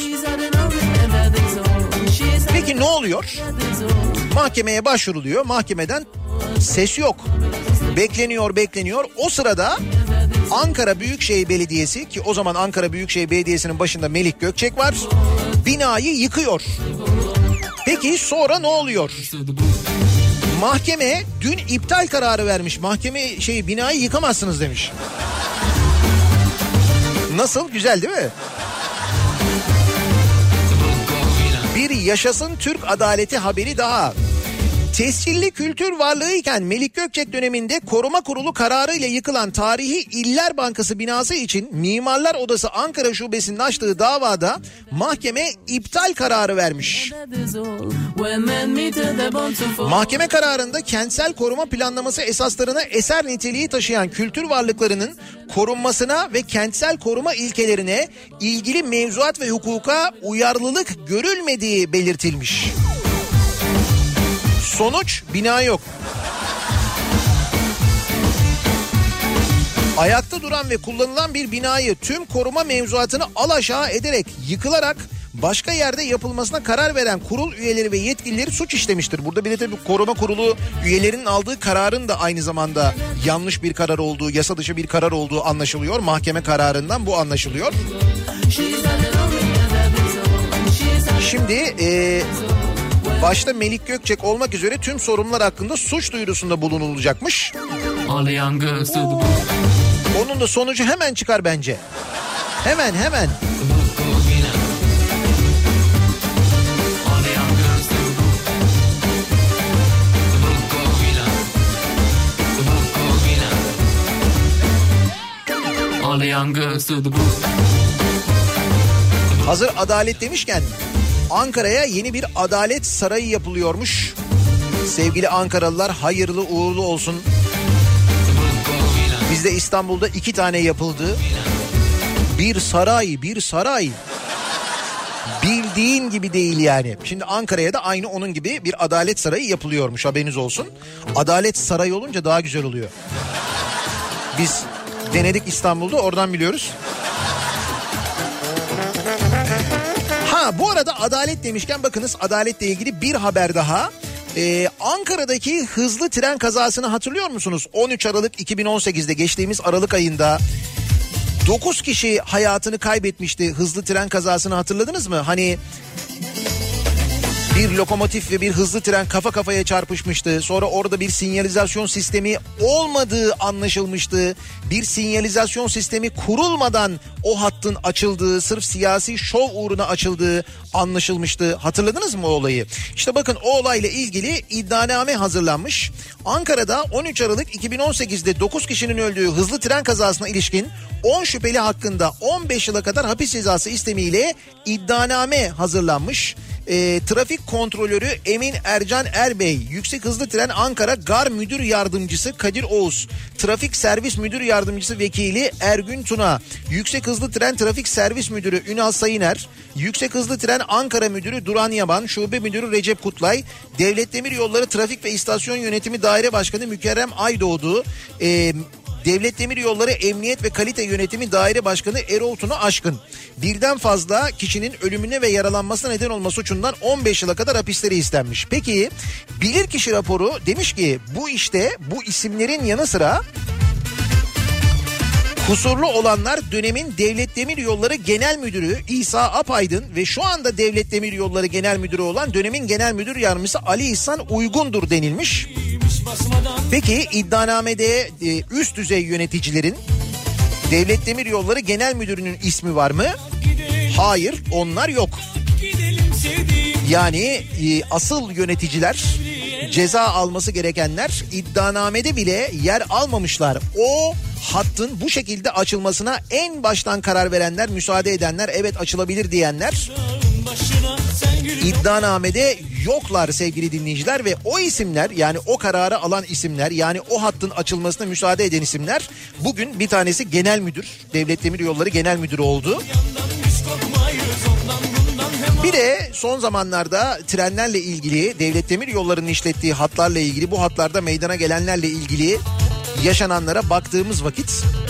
Peki ne oluyor? Mahkemeye başvuruluyor. Mahkemeden ses yok. Bekleniyor, bekleniyor. O sırada Ankara Büyükşehir Belediyesi, ki o zaman Ankara Büyükşehir Belediyesi'nin başında Melik Gökçek var, binayı yıkıyor. Peki sonra ne oluyor? Mahkeme dün iptal kararı vermiş. Mahkeme şey binayı yıkamazsınız demiş. Nasıl? Güzel değil mi? Bir yaşasın Türk adaleti haberi daha. Tescilli kültür varlığı iken Melik Gökçek döneminde koruma kurulu kararıyla yıkılan Tarihi İller Bankası binası için Mimarlar Odası Ankara Şubesi'nin açtığı davada mahkeme iptal kararı vermiş. Mahkeme kararında kentsel koruma planlaması esaslarına eser niteliği taşıyan kültür varlıklarının korunmasına ve kentsel koruma ilkelerine ilgili mevzuat ve hukuka uyarlılık görülmediği belirtilmiş. Sonuç, bina yok. Ayakta duran ve kullanılan bir binayı tüm koruma mevzuatını alaşağı ederek yıkılarak başka yerde yapılmasına karar veren kurul üyeleri ve yetkilileri suç işlemiştir. Burada bir de tabii koruma kurulu üyelerinin aldığı kararın da aynı zamanda yanlış bir karar olduğu, yasa dışı bir karar olduğu anlaşılıyor. Mahkeme kararından bu anlaşılıyor. Şimdi e, başta Melik Gökçek olmak üzere tüm sorumlular hakkında suç duyurusunda bulunulacakmış. Onun da sonucu hemen çıkar bence. Hemen hemen. Hazır adalet demişken Ankara'ya yeni bir adalet sarayı yapılıyormuş. Sevgili Ankaralılar, hayırlı uğurlu olsun. Bizde İstanbul'da iki tane yapıldı. Bir saray, bir saray. Bildiğin gibi değil yani. Şimdi Ankara'ya da aynı onun gibi bir adalet sarayı yapılıyormuş, haberiniz olsun. Adalet sarayı olunca daha güzel oluyor. Biz denedik İstanbul'da, oradan biliyoruz. Ha bu arada adalet demişken bakınız, adaletle ilgili bir haber daha. Ee, Ankara'daki hızlı tren kazasını hatırlıyor musunuz? on üç Aralık iki bin on sekizde, geçtiğimiz Aralık ayında dokuz kişi hayatını kaybetmişti hızlı tren kazasını, hatırladınız mı? Hani bir lokomotif ve bir hızlı tren kafa kafaya çarpışmıştı. Sonra orada bir sinyalizasyon sistemi olmadığı anlaşılmıştı. Bir sinyalizasyon sistemi kurulmadan o hattın açıldığı, sırf siyasi şov uğruna açıldığı anlaşılmıştı. Hatırladınız mı o olayı? İşte bakın, o olayla ilgili iddianame hazırlanmış. Ankara'da on üç Aralık iki bin on sekizde dokuz kişinin öldüğü hızlı tren kazasına ilişkin on şüpheli hakkında on beş yıla kadar hapis cezası istemiyle iddianame hazırlanmış. E, trafik kontrolörü Emin Ercan Erbey, Yüksek Hızlı Tren Ankara Gar Müdür Yardımcısı Kadir Oğuz, Trafik Servis Müdür Yardımcısı Vekili Ergün Tuna, Yüksek Hızlı Tren Trafik Servis Müdürü Ünal Sayıner, Yüksek Hızlı Tren Ankara Müdürü Duran Yaban, Şube Müdürü Recep Kutlay, Devlet Demiryolları Trafik ve İstasyon Yönetimi Daire Başkanı Mükerrem Aydoğdu, e, Devlet Demiryolları Emniyet ve Kalite Yönetimi Daire Başkanı Erol Tuna Aşkın. Birden fazla kişinin ölümüne ve yaralanmasına neden olma suçundan on beş yıla kadar hapisleri istenmiş. Peki bilirkişi raporu demiş ki bu işte bu isimlerin yanı sıra kusurlu olanlar dönemin Devlet Demiryolları Genel Müdürü İsa Apaydın ve şu anda Devlet Demiryolları Genel Müdürü olan dönemin Genel Müdür Yardımcısı Ali İhsan Uygundur denilmiş. Peki iddianamede e, üst düzey yöneticilerin Devlet Demiryolları Genel Müdürü'nün ismi var mı? Hayır, onlar yok. Yani e, asıl yöneticiler, ceza alması gerekenler iddianamede bile yer almamışlar. O hattın bu şekilde açılmasına en baştan karar verenler, müsaade edenler, evet açılabilir diyenler iddianamede yoklar sevgili dinleyiciler ve o isimler, yani o kararı alan isimler, yani o hattın açılmasına müsaade eden isimler bugün bir tanesi genel müdür, Devlet Demiryolları Genel Müdürü oldu. Bir de son zamanlarda trenlerle ilgili, Devlet Demiryolları'nın işlettiği hatlarla ilgili, bu hatlarda meydana gelenlerle ilgili yaşananlara baktığımız vakit,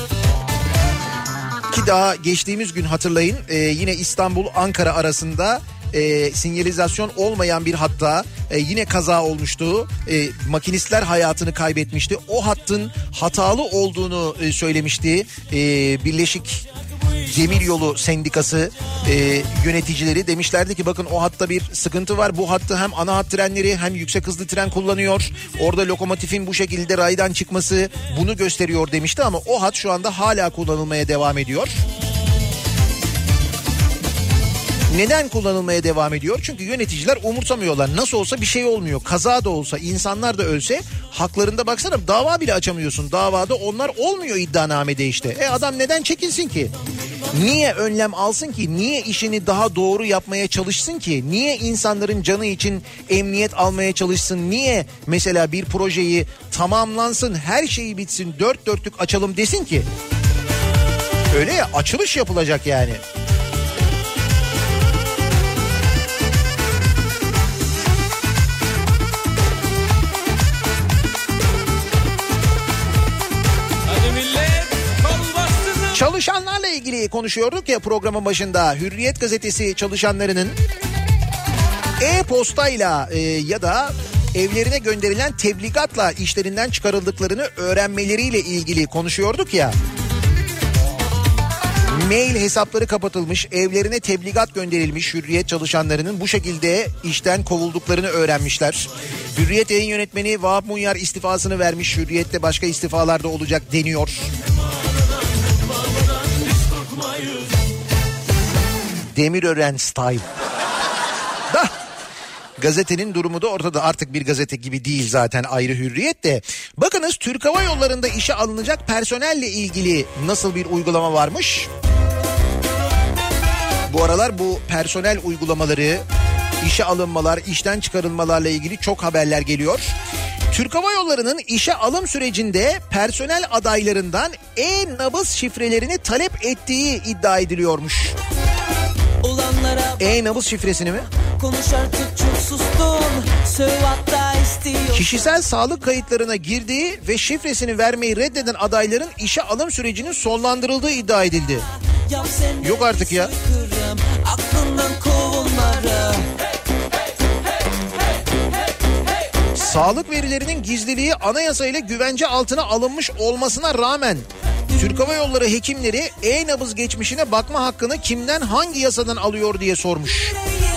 ki daha geçtiğimiz gün hatırlayın e, yine İstanbul-Ankara arasında e, sinyalizasyon olmayan bir hatta e, yine kaza olmuştu. E, makinistler hayatını kaybetmişti. O hattın hatalı olduğunu e, söylemişti e, Birleşik Demiryolu Sendikası e, yöneticileri. Demişlerdi ki bakın o hatta bir sıkıntı var. Bu hattı hem ana hat trenleri hem yüksek hızlı tren kullanıyor. Orada lokomotifin bu şekilde raydan çıkması bunu gösteriyor demişti ama o hat şu anda hala kullanılmaya devam ediyor. Neden kullanılmaya devam ediyor? Çünkü yöneticiler umursamıyorlar. Nasıl olsa bir şey olmuyor. Kaza da olsa, insanlar da ölse haklarında baksana dava bile açamıyorsun. Davada onlar olmuyor iddianamede işte. E adam neden çekinsin ki? Niye önlem alsın ki? Niye işini daha doğru yapmaya çalışsın ki? Niye insanların canı için emniyet almaya çalışsın? Niye mesela bir projeyi tamamlansın, her şeyi bitsin, dört dörtlük açalım desin ki? Öyle ya, açılış yapılacak yani. Çalışanlarla ilgili konuşuyorduk ya programın başında. Hürriyet gazetesi çalışanlarının e-postayla e, ya da evlerine gönderilen tebligatla işlerinden çıkarıldıklarını öğrenmeleriyle ilgili konuşuyorduk ya. Mail hesapları kapatılmış, evlerine tebligat gönderilmiş Hürriyet çalışanlarının, bu şekilde işten kovulduklarını öğrenmişler. Hürriyet yayın yönetmeni Vahap Munyar istifasını vermiş. Hürriyet'te başka istifalar da olacak deniyor. Demirören style. Da gazetenin durumu da ortada, artık bir gazete gibi değil zaten, ayrı Hürriyet de. Bakınız Türk Hava Yolları'nda işe alınacak personelle ilgili nasıl bir uygulama varmış? Bu aralar bu personel uygulamaları, işe alınmalar, işten çıkarılmalarla ilgili çok haberler geliyor. Türk Hava Yolları'nın işe alım sürecinde personel adaylarından e-nabız şifrelerini talep ettiği iddia ediliyormuş. E-nabız şifresini mi? Konuş artık, çok sustun. Söv hatta istiyor. Kişisel sağlık kayıtlarına girdiği ve şifresini vermeyi reddeden adayların işe alım sürecinin sonlandırıldığı iddia edildi. Yok artık ya. Aklından kovulları. Sağlık verilerinin gizliliği anayasayla güvence altına alınmış olmasına rağmen Türk Hava Yolları hekimleri e-nabız geçmişine bakma hakkını kimden, hangi yasadan alıyor diye sormuş.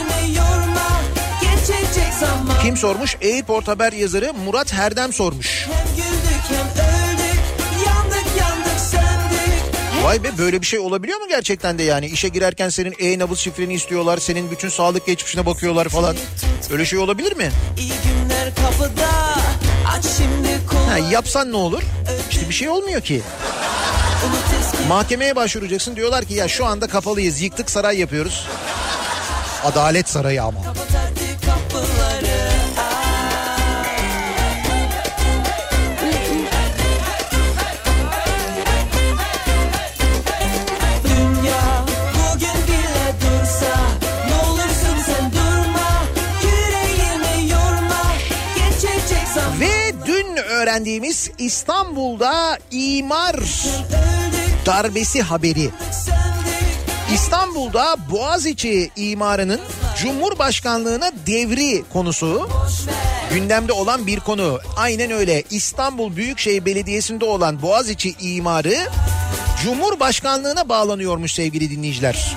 Kim sormuş? Airport Haber yazarı Murat Herdem sormuş. Hem güldük hem öldük, yandık yandık söndük. Vay be, böyle bir şey olabiliyor mu gerçekten de yani? İşe girerken senin e-nabız şifreni istiyorlar, senin bütün sağlık geçmişine bakıyorlar falan. Öyle şey olabilir mi? İyi günler kapıda, aç şimdi kolu. Ha, yapsan ne olur? İşte bir şey olmuyor ki. Mahkemeye başvuracaksın, diyorlar ki ya şu anda kapalıyız, yıktık, saray yapıyoruz. Adalet sarayı ama. Dünya bugün bile dursa, ne olursun sen durma, yüreğimi yorma, geçecek zaman. Ve dün öğrendiğimiz İstanbul'da imar darbesi haberi. İstanbul'da Boğaziçi imarının Cumhurbaşkanlığına devri konusu gündemde olan bir konu. Aynen öyle. İstanbul Büyükşehir Belediyesi'nde olan Boğaziçi imarı Cumhurbaşkanlığına bağlanıyormuş sevgili dinleyiciler.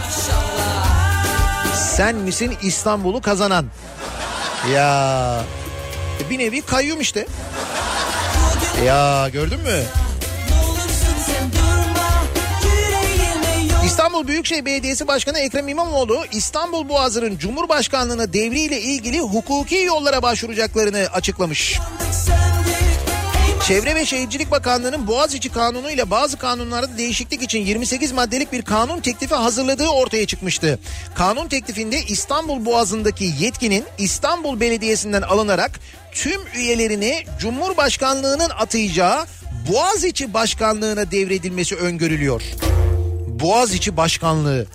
Sen misin İstanbul'u kazanan? Ya bir nevi kayyum işte. Ya gördün mü? İstanbul Büyükşehir Belediyesi Başkanı Ekrem İmamoğlu, İstanbul Boğazı'nın Cumhurbaşkanlığına devriyle ilgili hukuki yollara başvuracaklarını açıklamış. Çevre ve Şehircilik Bakanlığı'nın Boğaziçi Kanunu ile bazı kanunlarda değişiklik için yirmi sekiz maddelik bir kanun teklifi hazırladığı ortaya çıkmıştı. Kanun teklifinde İstanbul Boğazı'ndaki yetkinin İstanbul Belediyesi'nden alınarak tüm üyelerini Cumhurbaşkanlığı'nın atayacağı Boğaziçi Başkanlığı'na devredilmesi öngörülüyor. Boğaziçi Başkanlığı.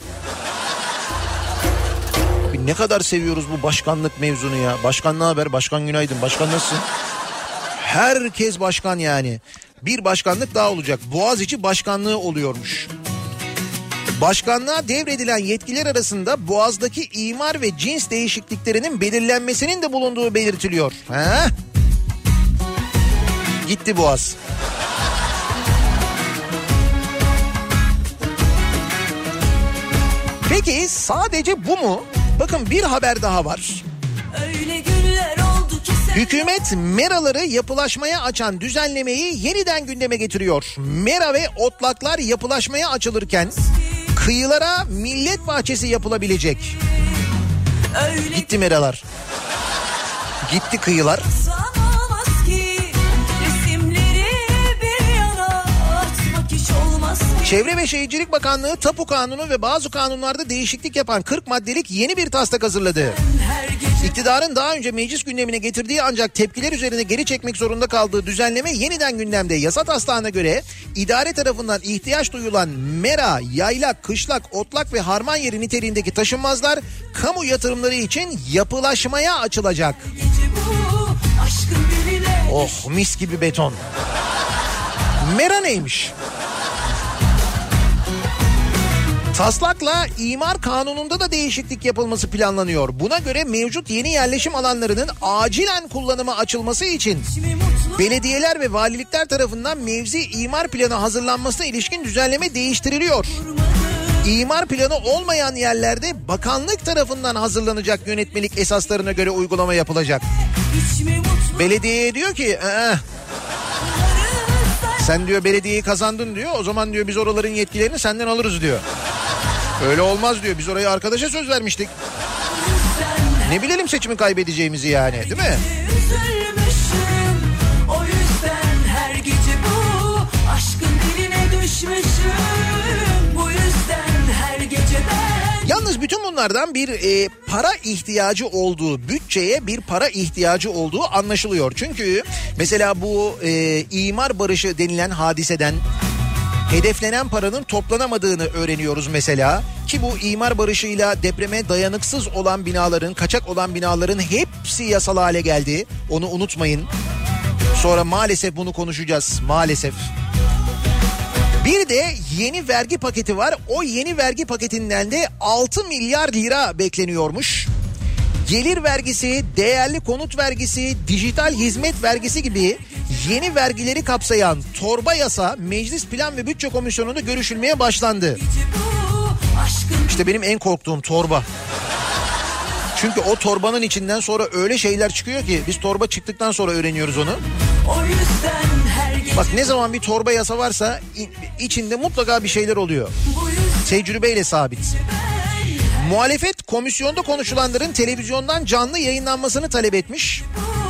Ne kadar seviyoruz bu başkanlık mevzunu ya. Başkan ne haber? Başkan günaydın. Başkan nasılsın? Herkes başkan yani. Bir başkanlık daha olacak. Boğaziçi Başkanlığı oluyormuş. Başkanlığa devredilen yetkiler arasında Boğaz'daki imar ve cins değişikliklerinin belirlenmesinin de bulunduğu belirtiliyor. Ha? Gitti Boğaz. Peki sadece bu mu? Bakın bir haber daha var. Hükümet meraları yapılaşmaya açan düzenlemeyi yeniden gündeme getiriyor. Mera ve otlaklar yapılaşmaya açılırken kıyılara millet bahçesi yapılabilecek. Gitti meralar. Gitti kıyılar. Çevre ve Şehircilik Bakanlığı Tapu Kanunu ve bazı kanunlarda değişiklik yapan kırk maddelik yeni bir taslak hazırladı. İktidarın daha önce meclis gündemine getirdiği ancak tepkiler üzerine geri çekmek zorunda kaldığı düzenleme yeniden gündemde. Yasa taslağına göre idare tarafından ihtiyaç duyulan mera, yaylak, kışlak, otlak ve harman yeri niteliğindeki taşınmazlar kamu yatırımları için yapılaşmaya açılacak. Oh, mis gibi beton. Mera neymiş? Taslakla imar kanununda da değişiklik yapılması planlanıyor. Buna göre mevcut yeni yerleşim alanlarının acilen kullanıma açılması için belediyeler ve valilikler tarafından mevzi imar planı hazırlanmasına ilişkin düzenleme değiştiriliyor. İmar planı olmayan yerlerde bakanlık tarafından hazırlanacak yönetmelik esaslarına göre uygulama yapılacak. Belediyeye diyor ki ee, sen diyor belediyeyi kazandın diyor, o zaman diyor biz oraların yetkilerini senden alırız diyor. Öyle olmaz diyor. Biz oraya arkadaşa söz vermiştik. Ne bilelim seçimi kaybedeceğimizi yani, değil mi? Üzülmüşüm, o yüzden her gece bu aşkın diline düşmüşüm. Bu yüzden her gece ben... Yalnız bütün bunlardan bir e, para ihtiyacı olduğu, bütçeye bir para ihtiyacı olduğu anlaşılıyor. Çünkü mesela bu e, imar barışı denilen hadiseden hedeflenen paranın toplanamadığını öğreniyoruz mesela. Ki bu imar barışıyla depreme dayanıksız olan binaların, kaçak olan binaların hepsi yasal hale geldi. Onu unutmayın. Sonra maalesef bunu konuşacağız, maalesef. Bir de yeni vergi paketi var. O yeni vergi paketinden de altı milyar lira bekleniyormuş. Gelir vergisi, değerli konut vergisi, dijital hizmet vergisi gibi yeni vergileri kapsayan torba yasa Meclis Plan ve Bütçe Komisyonu'nda görüşülmeye başlandı. İşte benim en korktuğum torba. Çünkü o torbanın içinden sonra öyle şeyler çıkıyor ki biz torba çıktıktan sonra öğreniyoruz onu. O yüzden her gece... Bak ne zaman bir torba yasa varsa içinde mutlaka bir şeyler oluyor. Tecrübeyle sabit. Muhalefet komisyonda konuşulanların televizyondan canlı yayınlanmasını talep etmiş.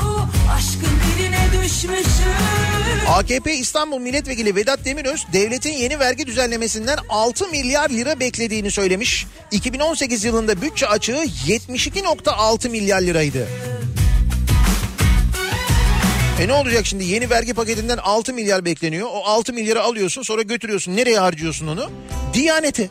A K P İstanbul Milletvekili Vedat Demiröz devletin yeni vergi düzenlemesinden altı milyar lira beklediğini söylemiş. iki bin on sekiz yılında bütçe açığı yetmiş iki virgül altı milyar liraydı. E ne olacak şimdi, yeni vergi paketinden altı milyar bekleniyor. O altı milyarı alıyorsun, sonra götürüyorsun. Nereye harcıyorsun onu? Diyanete.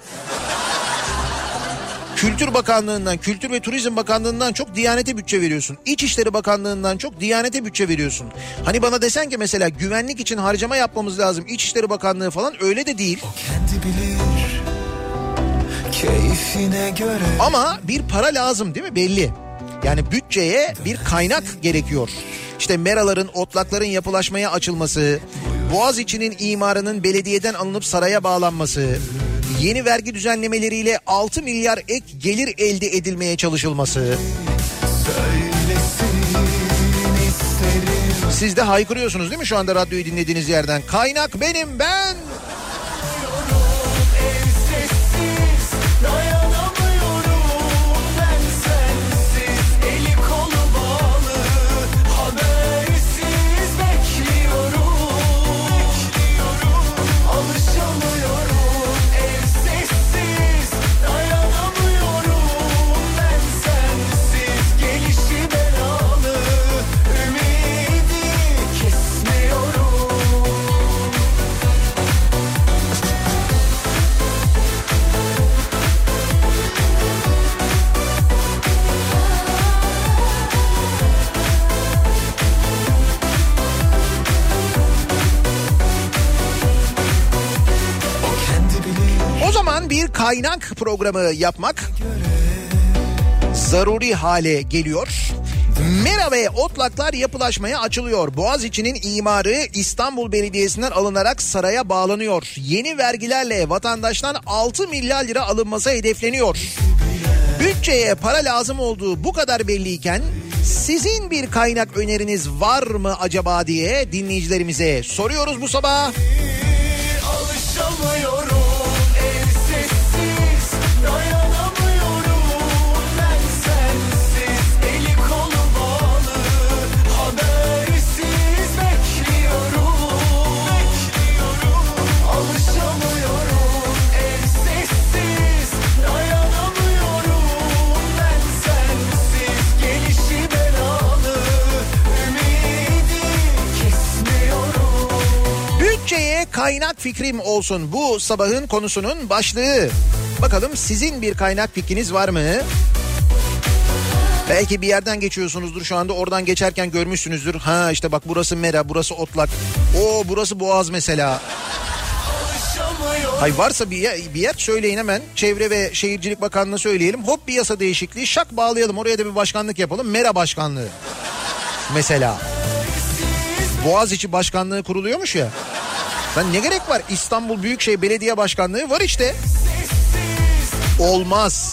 Kültür Bakanlığı'ndan, Kültür ve Turizm Bakanlığı'ndan çok Diyanet'e bütçe veriyorsun. İçişleri Bakanlığı'ndan çok Diyanet'e bütçe veriyorsun. Hani bana desen ki mesela güvenlik için harcama yapmamız lazım, İçişleri Bakanlığı falan, öyle de değil. Kendi bilir, keyfine göre. Ama bir para lazım değil mi, belli. Yani bütçeye bir kaynak gerekiyor. İşte meraların, otlakların yapılaşmaya açılması, Boğaziçi'nin imarının belediyeden alınıp saraya bağlanması, yeni vergi düzenlemeleriyle altı milyar ek gelir elde edilmeye çalışılması. Siz de haykırıyorsunuz değil mi şu anda radyoyu dinlediğiniz yerden? Kaynak benim, ben. Bir kaynak programı yapmak zaruri hale geliyor. Mera ve otlaklar yapılaşmaya açılıyor. Boğaziçi'nin imarı İstanbul Belediyesi'nden alınarak saraya bağlanıyor. Yeni vergilerle vatandaştan altı milyar lira alınması hedefleniyor. Bütçeye para lazım olduğu bu kadar belliyken sizin bir kaynak öneriniz var mı acaba diye dinleyicilerimize soruyoruz bu sabah. Alışamıyorum. Kaynak fikrim olsun bu sabahın konusunun başlığı. Bakalım sizin bir kaynak fikriniz var mı? Belki bir yerden geçiyorsunuzdur şu anda, oradan geçerken görmüşsünüzdür. Ha işte bak burası mera, burası otlak. Oo burası boğaz mesela. Hay varsa bir yer, bir yer söyleyin hemen. Çevre ve Şehircilik Bakanlığı'na söyleyelim. Hop bir yasa değişikliği, şak bağlayalım. Oraya da bir başkanlık yapalım. Mera başkanlığı mesela. Boğaziçi başkanlığı kuruluyormuş ya. Ben ne gerek var? İstanbul Büyükşehir Belediye Başkanlığı var işte. Olmaz.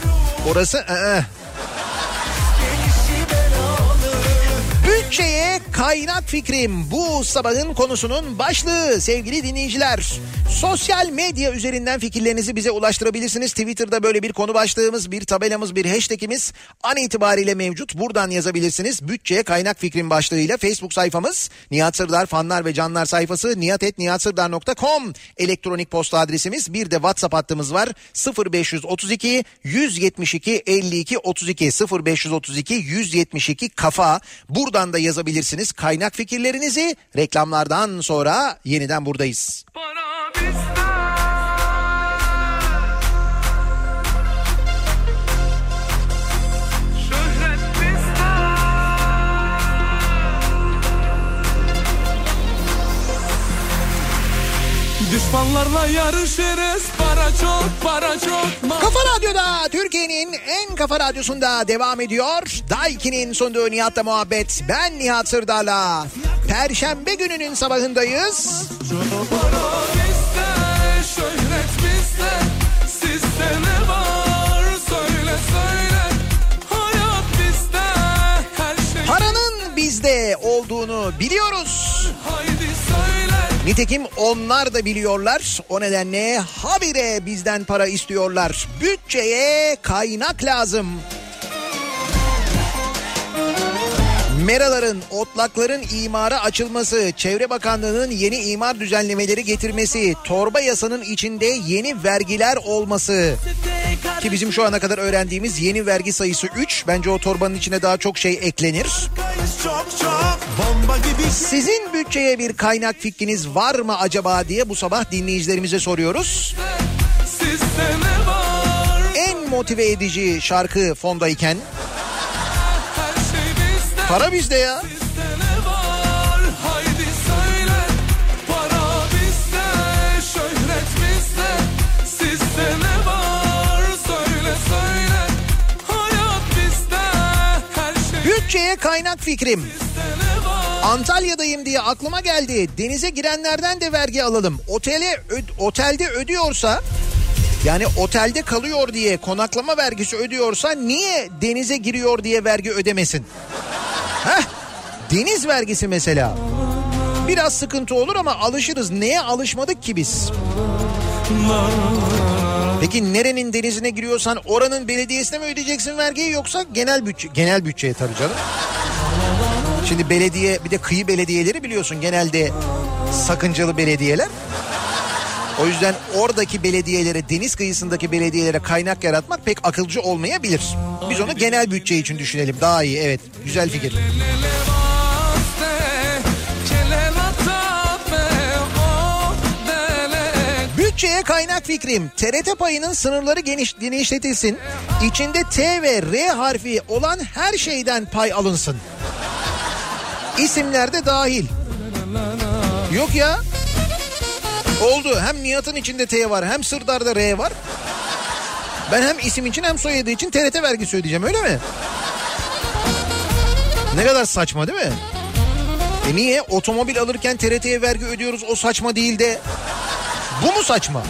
Orası ı-ı. Bütçeye kaynak fikrim bu sabahın konusunun başlığı sevgili dinleyiciler. Sosyal medya üzerinden fikirlerinizi bize ulaştırabilirsiniz. Twitter'da böyle bir konu başlığımız, bir tabelamız, bir hashtagimiz an itibariyle mevcut. Buradan yazabilirsiniz. Bütçeye kaynak fikrim başlığıyla Facebook sayfamız Nihat Sırdar fanlar ve canlar sayfası nihat et nihat sırdar nokta com elektronik posta adresimiz. Bir de WhatsApp hattımız var. sıfır beş otuz iki yüz yetmiş iki elli iki otuz iki sıfır beş otuz iki yüz yetmiş iki kafa. Buradan da yazabilirsiniz kaynak fikirlerinizi. Reklamlardan sonra yeniden buradayız. Düşmanlarla yarışırız, para çok, para çok. Kafa Radyo'da, Türkiye'nin en kafa radyosunda devam ediyor. Daiki'nin sunduğu Nihat'la muhabbet. Ben Nihat Sırdar'la. Perşembe gününün sabahındayız. Para bizde, şöhret bizde, sizde ne var söyle söyle. Hayat bizde, her şey. Paranın bizde olduğunu biliyoruz. Haydi söyle. Nitekim onlar da biliyorlar. O nedenle habire bizden para istiyorlar. Bütçeye kaynak lazım. Meraların, otlakların imara açılması, Çevre Bakanlığı'nın yeni imar düzenlemeleri getirmesi, torba yasanın içinde yeni vergiler olması. Ki bizim şu ana kadar öğrendiğimiz yeni vergi sayısı üç. Bence o torbanın içine daha çok şey eklenir. Çok çok bomba gibi. Sizin bütçeye bir kaynak fikriniz var mı acaba diye bu sabah dinleyicilerimize soruyoruz. Sizde ne var? En motive edici şarkı fondayken Her şey bizde. para bizde ya. Bizde ne var? Haydi söyle. Para bizde, şöhret bizde. Sizde ne var? Söyle söyle. Hayat bizde. Her şey Bütçeye kaynak fikrim. bizde ne var? Antalya'dayım diye aklıma geldi. Denize girenlerden de vergi alalım. Otele ö- otelde ödüyorsa, yani otelde kalıyor diye konaklama vergisi ödüyorsa niye denize giriyor diye vergi ödemesin? Heh, deniz vergisi mesela. Biraz sıkıntı olur ama alışırız. Neye alışmadık ki biz? Peki nerenin denizine giriyorsan oranın belediyesine mi ödeyeceksin vergiyi, yoksa genel bütçe, genel bütçeye tabii canım. Şimdi belediye, bir de kıyı belediyeleri biliyorsun genelde sakıncalı belediyeler. O yüzden oradaki belediyelere, deniz kıyısındaki belediyelere kaynak yaratmak pek akılcı olmayabilir. Biz onu genel bütçe için düşünelim. Daha iyi, evet. Güzel fikir. Bütçeye kaynak fikrim. T R T payının sınırları geniş, genişletilsin. İçinde T ve R harfi olan her şeyden pay alınsın. İsimler de dahil. Yok ya. Oldu. Hem Nihat'ın içinde T var, hem Sırdar'da R var. Ben hem isim için hem soyadı için T R T vergisi ödeyeceğim, öyle mi? Ne kadar saçma değil mi? E niye? Otomobil alırken T R T'ye vergi ödüyoruz, o saçma değil de bu mu saçma?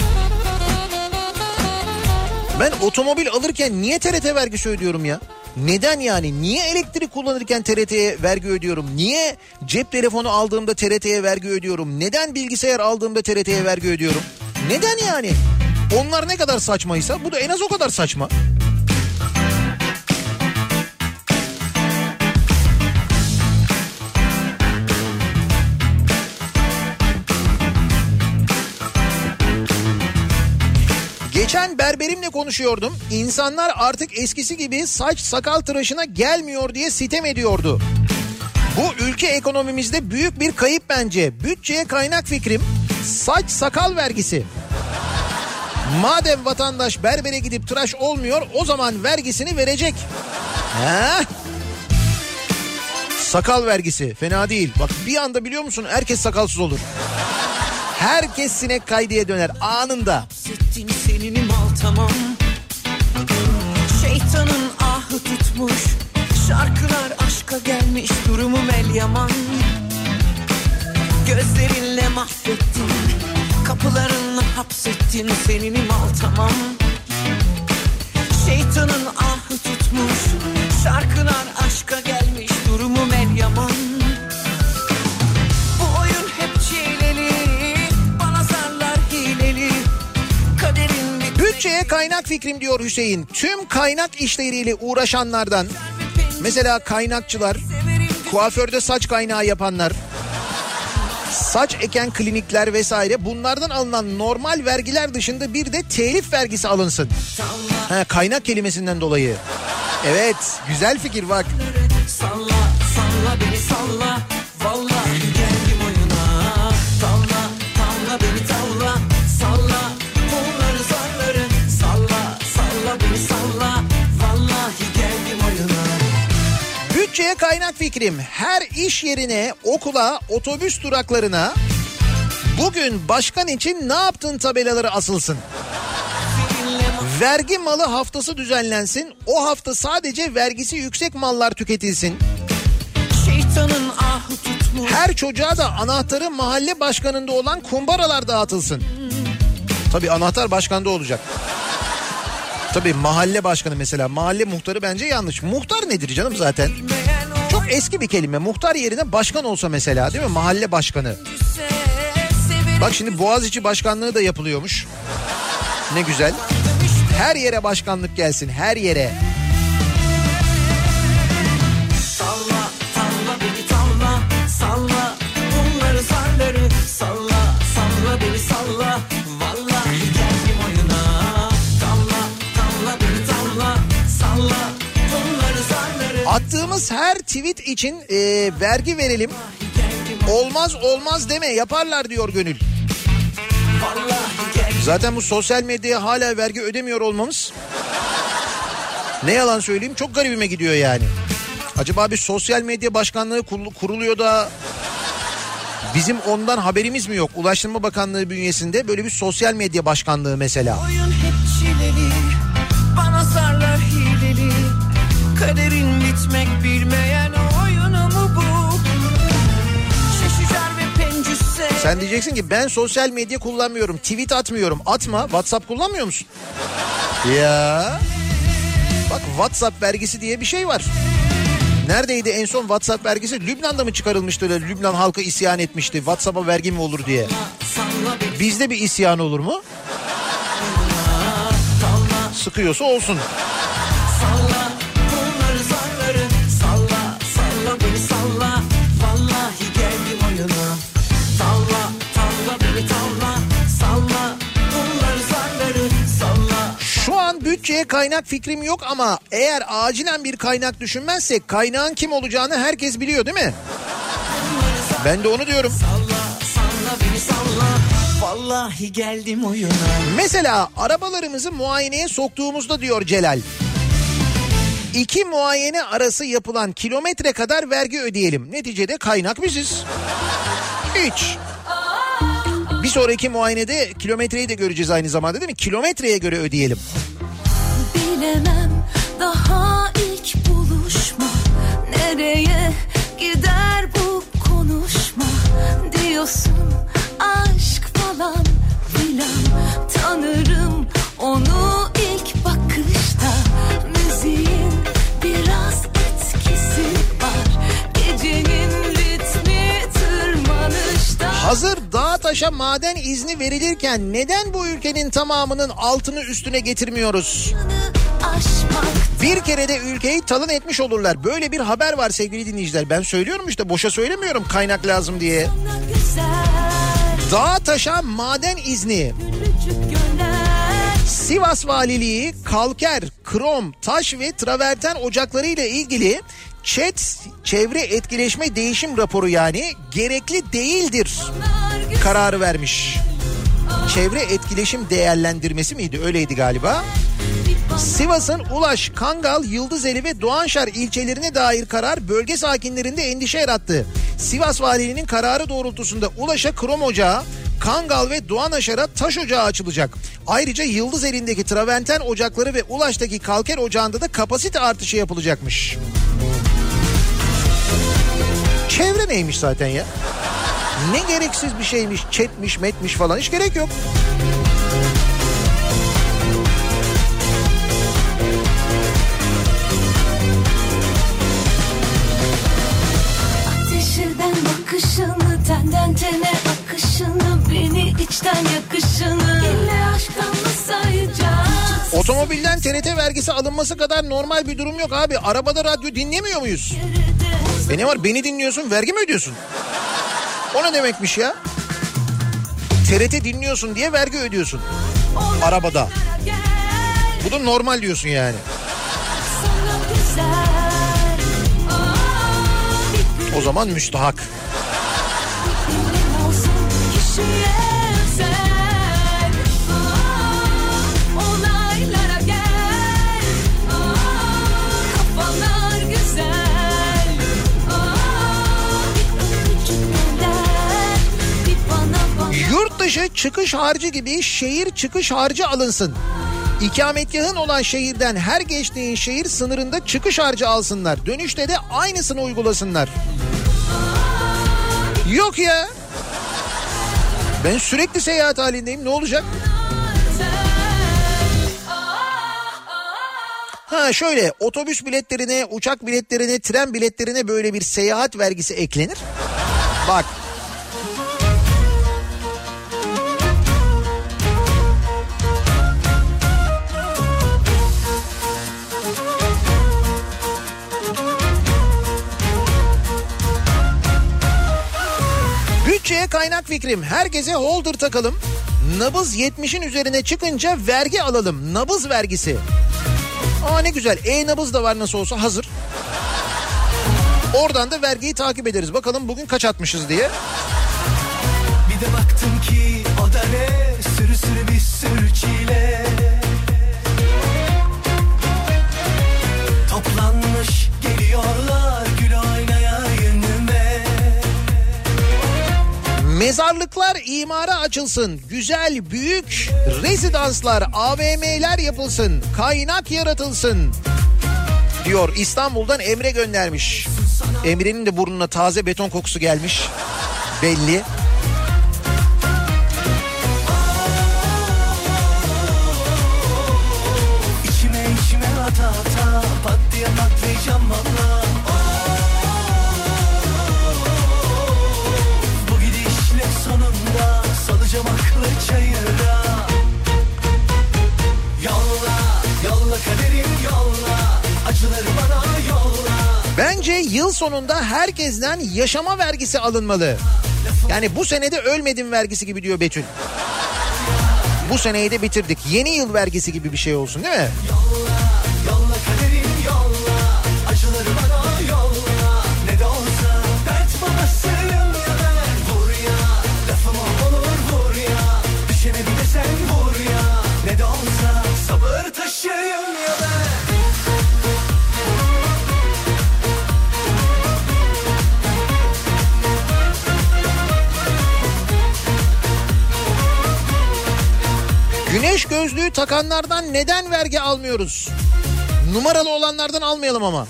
Ben otomobil alırken niye T R T vergisi ödüyorum ya? Neden yani? Niye elektrik kullanırken T R T'ye vergi ödüyorum? Niye cep telefonu aldığımda T R T'ye vergi ödüyorum? Neden bilgisayar aldığımda T R T'ye vergi ödüyorum? Neden yani? Onlar ne kadar saçmaysa bu da en az o kadar saçma. Geçen berberimle konuşuyordum. İnsanlar artık eskisi gibi saç sakal tıraşına gelmiyor diye sitem ediyordu. Bu ülke ekonomimizde büyük bir kayıp bence. Bütçeye kaynak fikrim saç sakal vergisi. Madem vatandaş berbere gidip tıraş olmuyor, o zaman vergisini verecek. He? Sakal vergisi fena değil. Bak bir anda biliyor musun, herkes sakalsız olur. Herkes sinek kaydıya döner anında. Settin senini mal tamam. Şeytanın ahı tutmuş. Şarkılar aşka gelmiş, durumum el yaman. Gözlerinle mahvettin, kapılarınla hapsettin senini mal tamam. Şeytanın ahı tutmuş. Şarkılar aşka gelmiş, durumum el yaman. kaynak fikrim diyor Hüseyin. Tüm kaynak işleriyle uğraşanlardan, mesela kaynakçılar, kuaförde saç kaynağı yapanlar, saç eken klinikler vesaire, bunlardan alınan normal vergiler dışında bir de telif vergisi alınsın. Ha, kaynak kelimesinden dolayı. Evet, güzel fikir bak. Salla salla beni salla, vallahi geldim oyuna. Salla salla beni salla, salla kolları zarları. Salla salla beni salla, vallahi geldim oyuna. Bütçeye kaynak fikrim. Her iş yerine, okula, otobüs duraklarına bugün başkan için ne yaptın tabelaları asılsın. Vergi malı haftası düzenlensin. O hafta sadece vergisi yüksek mallar tüketilsin. Şeytanın ahı tutmuş. Her çocuğa da anahtarı mahalle başkanında olan kumbaralar dağıtılsın. Tabii anahtar başkanda olacak. Tabii mahalle başkanı mesela. Mahalle muhtarı bence yanlış. Muhtar nedir canım zaten? Çok eski bir kelime. Muhtar yerine başkan olsa mesela, değil mi? Mahalle başkanı. Bak şimdi Boğaziçi başkanlığı da yapılıyormuş. Ne güzel. Her yere başkanlık gelsin, her yere. Salla salla beni salla, salla bunları zarları. Salla salla beni salla, vallahi geldim oyuna. Salla salla beni salla, salla bunları zarları. Attığımız her tweet için e, vergi verelim. Olmaz olmaz deme, yaparlar diyor Gönül. Zaten bu sosyal medyaya hala vergi ödemiyor olmamız, ne yalan söyleyeyim, çok garibime gidiyor yani. Acaba bir sosyal medya başkanlığı kuruluyor da bizim ondan haberimiz mi yok? Ulaştırma Bakanlığı bünyesinde böyle bir sosyal medya başkanlığı mesela. Oyun hep çileli, bana zarlar hileli. Kaderin bitmek bilmeyen oyunu mu bu? Şaşıcar ve pencüse. Sen diyeceksin ki ben sosyal medya kullanmıyorum, tweet atmıyorum. Atma, WhatsApp kullanmıyor musun? Ya bak, WhatsApp vergisi diye bir şey var. Neredeydi en son WhatsApp vergisi? Lübnan'da mı çıkarılmıştı öyle? Lübnan halkı isyan etmişti. WhatsApp'a vergi mi olur diye. Bizde bir isyan olur mu? Sıkıyorsa olsun. Salla bunları zarları. Salla salla beni salla, vallahi geldim oyuna. Salla salla beni salla, salla bunları zarları. Salla. Şu an bütçeye kaynak fikrim yok ama eğer acilen bir kaynak düşünmezsek kaynağın kim olacağını herkes biliyor, değil mi? Ben de onu diyorum. Salla salla beni salla, vallahi geldim oyuna. Mesela arabalarımızı muayeneye soktuğumuzda diyor Celal, İki muayene arası yapılan kilometre kadar vergi ödeyelim. Neticede kaynak biziz. Hiç. Bir sonraki muayenede kilometreyi de göreceğiz aynı zamanda, değil mi? Kilometreye göre ödeyelim. Bilemem daha ilk buluşma, nereye gider bu konuşma, diyorsun aşk falan filan. Tanırım onu ilk bakışta, müziğin biraz etkisi var, gecenin ritmi tırmanışta. Hazır dağa taşa maden izni verilirken neden bu ülkenin tamamının altını üstüne getirmiyoruz? Bir kere de ülkeyi talan etmiş olurlar. Böyle bir haber var sevgili dinleyiciler. Ben söylüyorum işte, boşa söylemiyorum kaynak lazım diye. Dağa taşa maden izni. Sivas Valiliği kalker, krom, taş ve traverten ocakları ile ilgili ÇED, çevre etkileşme değişim raporu yani gerekli değildir kararı vermiş. Çevre etkileşim değerlendirmesi miydi? Öyleydi galiba. Sivas'ın Ulaş, Kangal, Yıldızeli ve Doğanşar ilçelerine dair karar bölge sakinlerinde endişe yarattı. Sivas Valiliğinin kararı doğrultusunda Ulaş'a krom ocağı, Kangal ve Doğanaşar'a taş ocağı açılacak. Ayrıca Yıldızeli'ndeki traverten ocakları ve Ulaş'taki kalker ocağında da kapasite artışı yapılacakmış. Çevre neymiş zaten ya? Ne gereksiz bir şeymiş, çetmiş, metmiş falan, hiç gerek yok. Ateşinden bakışını, tenden tene akışını, beni içten yakışını, ille aşktan mı sayacağız? Otomobilden T R T vergisi alınması kadar normal bir durum yok abi. Arabada radyo dinlemiyor muyuz? E ne var, beni dinliyorsun, vergi mi ödüyorsun? O ne demekmiş ya? T R T dinliyorsun diye vergi ödüyorsun arabada. Bu da normal diyorsun yani. O zaman müstahak. Yurt dışı çıkış harcı gibi şehir çıkış harcı alınsın. İkametgahın olan şehirden her geçtiğin şehir sınırında çıkış harcı alsınlar. Dönüşte de aynısını uygulasınlar. Yok ya. Ben sürekli seyahat halindeyim, ne olacak? Ha şöyle, otobüs biletlerine, uçak biletlerine, tren biletlerine böyle bir seyahat vergisi eklenir. Bak. Bütçeye kaynak fikrim. Herkese holder takalım. Nabız yetmişin üzerine çıkınca vergi alalım. Nabız vergisi. Aa ne güzel. E-nabız da var nasıl olsa hazır. Oradan da vergiyi takip ederiz. Bakalım bugün kaç atmışız diye. Bir de baktım ki o da ne? Sürü sürü bir sürü çile. Toplanmış geliyorlar gül oynaya yönüme. Mezarlıklar imara açılsın. Güzel büyük rezidanslar, A V M'ler yapılsın. Kaynak yaratılsın. Diyor, İstanbul'dan Emre göndermiş. Emre'nin de burnuna taze beton kokusu gelmiş. Belli. İçime içime ata ata pat diye patlayacağım valla. Bu gidişle sonunda salacağım aklı çayıra. Yolla, yolla kaderim yolla. Acıları bana yolla. Bence yıl sonunda herkesten yaşama vergisi alınmalı. Yani bu senede ölmedim vergisi gibi diyor Betül. Bu seneyi de bitirdik. Yeni yıl vergisi gibi bir şey olsun değil mi? Yolla, yolla kaderim yolla. Acıları bana yolla. Ne de olsa dert babasıyım ya ben. Vur ya, lafıma olur vur ya. Düşene bir de sen vur ya. Ne de olsa sabır taşıyım ya ben. Güneş gözlüğü takanlardan neden vergi almıyoruz? Numaralı olanlardan almayalım ama.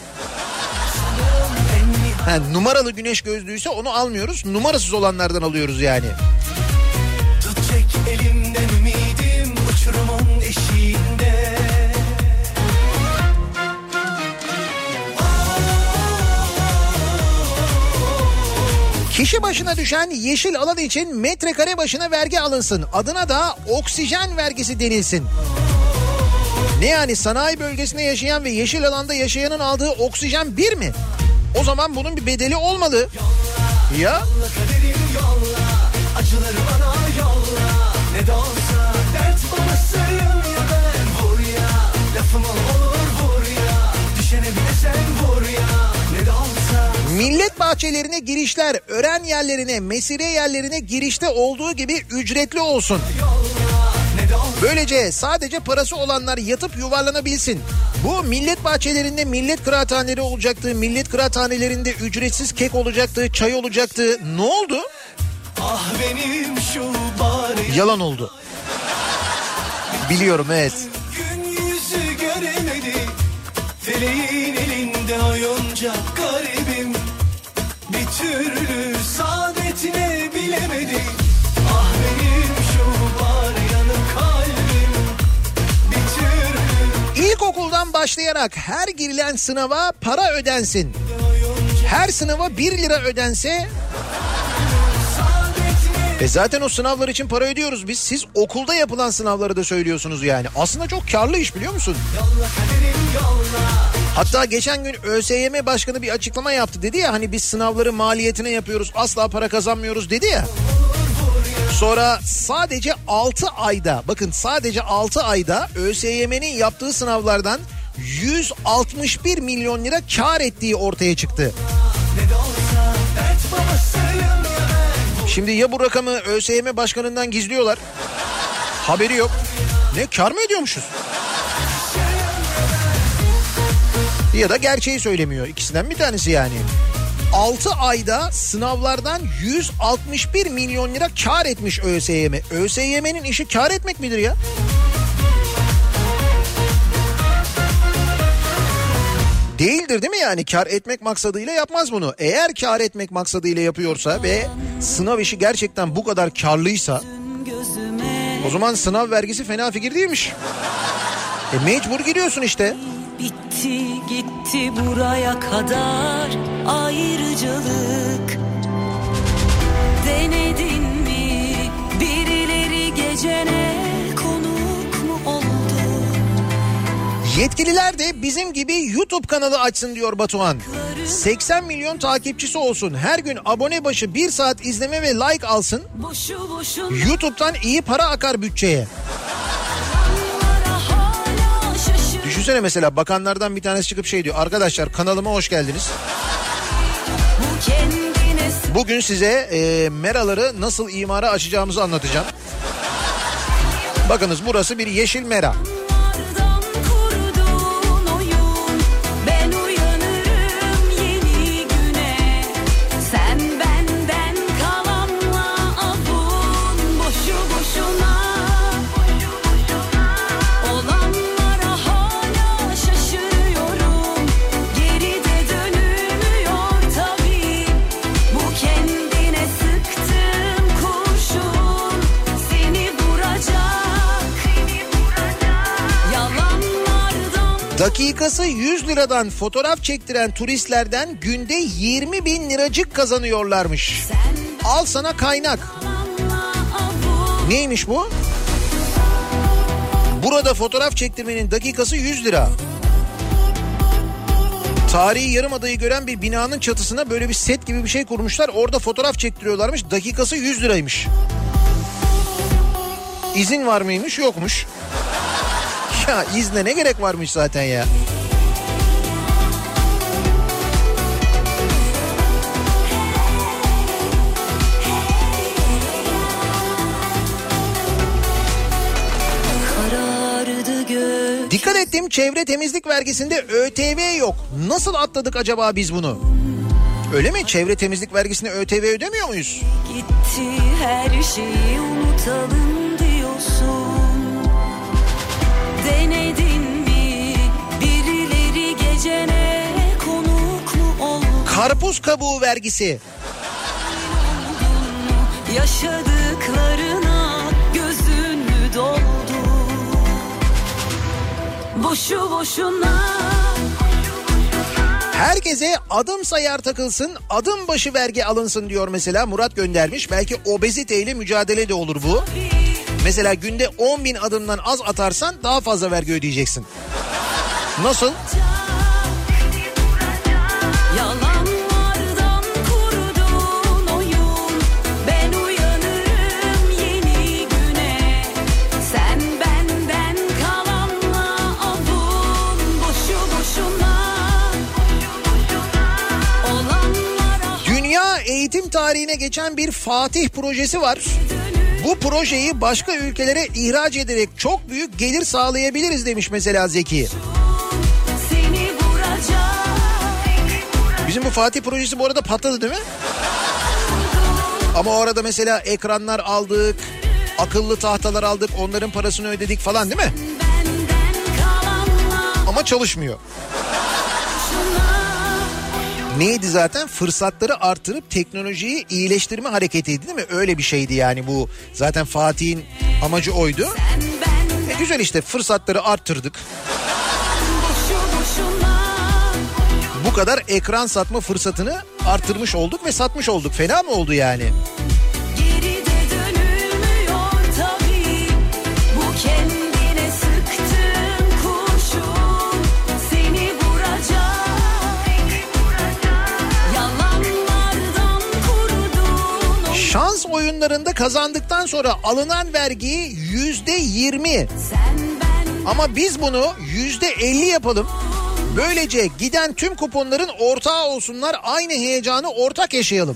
Ha, numaralı güneş gözlüğüyse onu almıyoruz. Numarasız olanlardan alıyoruz yani. Tutacak elimden ümidim uçurumun eşiğinde. Kişi başına düşen yeşil alan için metrekare başına vergi alınsın. Adına da oksijen vergisi denilsin. Ne yani, sanayi bölgesinde yaşayan ve yeşil alanda yaşayanın aldığı oksijen bir mi? O zaman bunun bir bedeli olmalı. Yolla, ya. Yolla kaderim yolla. Acıları bana yolla. Ne de olsa dert babasıyım ya ben. Vur ya, lafıma olur vur ya. Düşene bir de sen vur ya. Ne de olsa. Millet bahçelerine girişler, öğren yerlerine, mesire yerlerine girişte olduğu gibi ücretli olsun. Böylece sadece parası olanlar yatıp yuvarlanabilsin. Bu millet bahçelerinde millet kıraathaneleri olacaktı, millet kıraathanelerinde ücretsiz kek olacaktı, çay olacaktı. Ne oldu? Ah benim şu bari. Yalan oldu. Biliyorum, evet. Gün yüzü göremedi. Feleğin elinde oyuncak garibim. Bir türlü saadetine bilemedi. Ah benim şu bari yanık kalbim. Bir türlü. İlkokuldan başlayarak her girilen sınava para ödensin. Her sınava bir lira ödense Ve zaten o sınavlar için para ödüyoruz biz. Siz okulda yapılan sınavları da söylüyorsunuz yani. Aslında çok karlı iş, biliyor musun? Hatta geçen gün ÖSYM Başkanı bir açıklama yaptı. Dedi ya hani biz sınavları maliyetine yapıyoruz, asla para kazanmıyoruz dedi ya. Sonra sadece altı ayda, bakın sadece altı ayda ÖSYM'nin yaptığı sınavlardan yüz altmış bir milyon lira kar ettiği ortaya çıktı. Şimdi ya bu rakamı ÖSYM Başkanı'ndan gizliyorlar, haberi yok. Ne, kar mı ediyormuşuz? Ya da gerçeği söylemiyor, ikisinden bir tanesi yani. altı ayda sınavlardan yüz altmış bir milyon lira kar etmiş ÖSYM. ÖSYM'nin işi kar etmek midir ya? Değildir değil mi yani? Kar etmek maksadıyla yapmaz bunu. Eğer kar etmek maksadıyla yapıyorsa ve sınav işi gerçekten bu kadar karlıysa o zaman sınav vergisi fena fikir değilmiş. E mecbur gidiyorsun işte. Bitti gitti buraya kadar ayrıcalık. Denedin mi birileri gecene konuk mu oldu? Yetkililer de bizim gibi YouTube kanalı açsın diyor Batuhan. seksen milyon takipçisi olsun. Her gün abone başı bir saat izleme ve like alsın. Boşu boşuna YouTube'dan iyi para akar bütçeye. Düşünsene mesela bakanlardan bir tanesi çıkıp şey diyor. Arkadaşlar kanalıma hoş geldiniz. Bugün size e, meraları nasıl imara açacağımızı anlatacağım. Bakınız burası bir yeşil mera. Dakikası yüz liradan fotoğraf çektiren turistlerden günde yirmi bin liracık kazanıyorlarmış. Al sana kaynak. Neymiş bu? Burada fotoğraf çektirmenin dakikası yüz lira. Tarihi Yarımada'yı gören bir binanın çatısına böyle bir set gibi bir şey kurmuşlar. Orada fotoğraf çektiriyorlarmış. Dakikası yüz liraymış. İzin var mıymış? Yokmuş. Ya izne ne gerek varmış zaten ya. Dikkat ettim, çevre temizlik vergisinde ÖTV yok. Nasıl atladık acaba biz bunu? Öyle mi? Çevre temizlik vergisine ÖTV ödemiyor muyuz? Gitti her şeyi unutalım diyorsun. Denedin mi birileri gecene konuk mu oldu? Karpuz kabuğu vergisi. Yaşadıklarına gözün mü doldu? Boşu boşuna. Herkese adım sayar takılsın, adım başı vergi alınsın diyor mesela Murat göndermiş. Belki obeziteyle mücadele de olur bu. Mesela günde on bin adımdan az atarsan daha fazla vergi ödeyeceksin. Nasıl? Yalanlardan kurduğun oyun, ben uyanırım yeni güne. Sen benden kalanla avun, boşu boşuna. Olanlara... Dünya eğitim tarihine geçen bir Fatih projesi var. Bu projeyi başka ülkelere ihraç ederek çok büyük gelir sağlayabiliriz demiş mesela Zeki. Bizim bu Fatih projesi bu arada patladı değil mi? Ama orada mesela ekranlar aldık, akıllı tahtalar aldık, onların parasını ödedik falan değil mi? Ama çalışmıyor. Neydi zaten? Fırsatları artırıp teknolojiyi iyileştirme hareketiydi değil mi? Öyle bir şeydi yani bu. Zaten Fatih'in amacı oydu. E güzel işte, fırsatları arttırdık. Bu kadar ekran satma fırsatını arttırmış olduk ve satmış olduk. Fena mı oldu yani? Geride Şans oyunlarında kazandıktan sonra alınan vergi yüzde yirmi. Ama biz bunu yüzde elli yapalım. Böylece giden tüm kuponların ortağı olsunlar, aynı heyecanı ortak yaşayalım.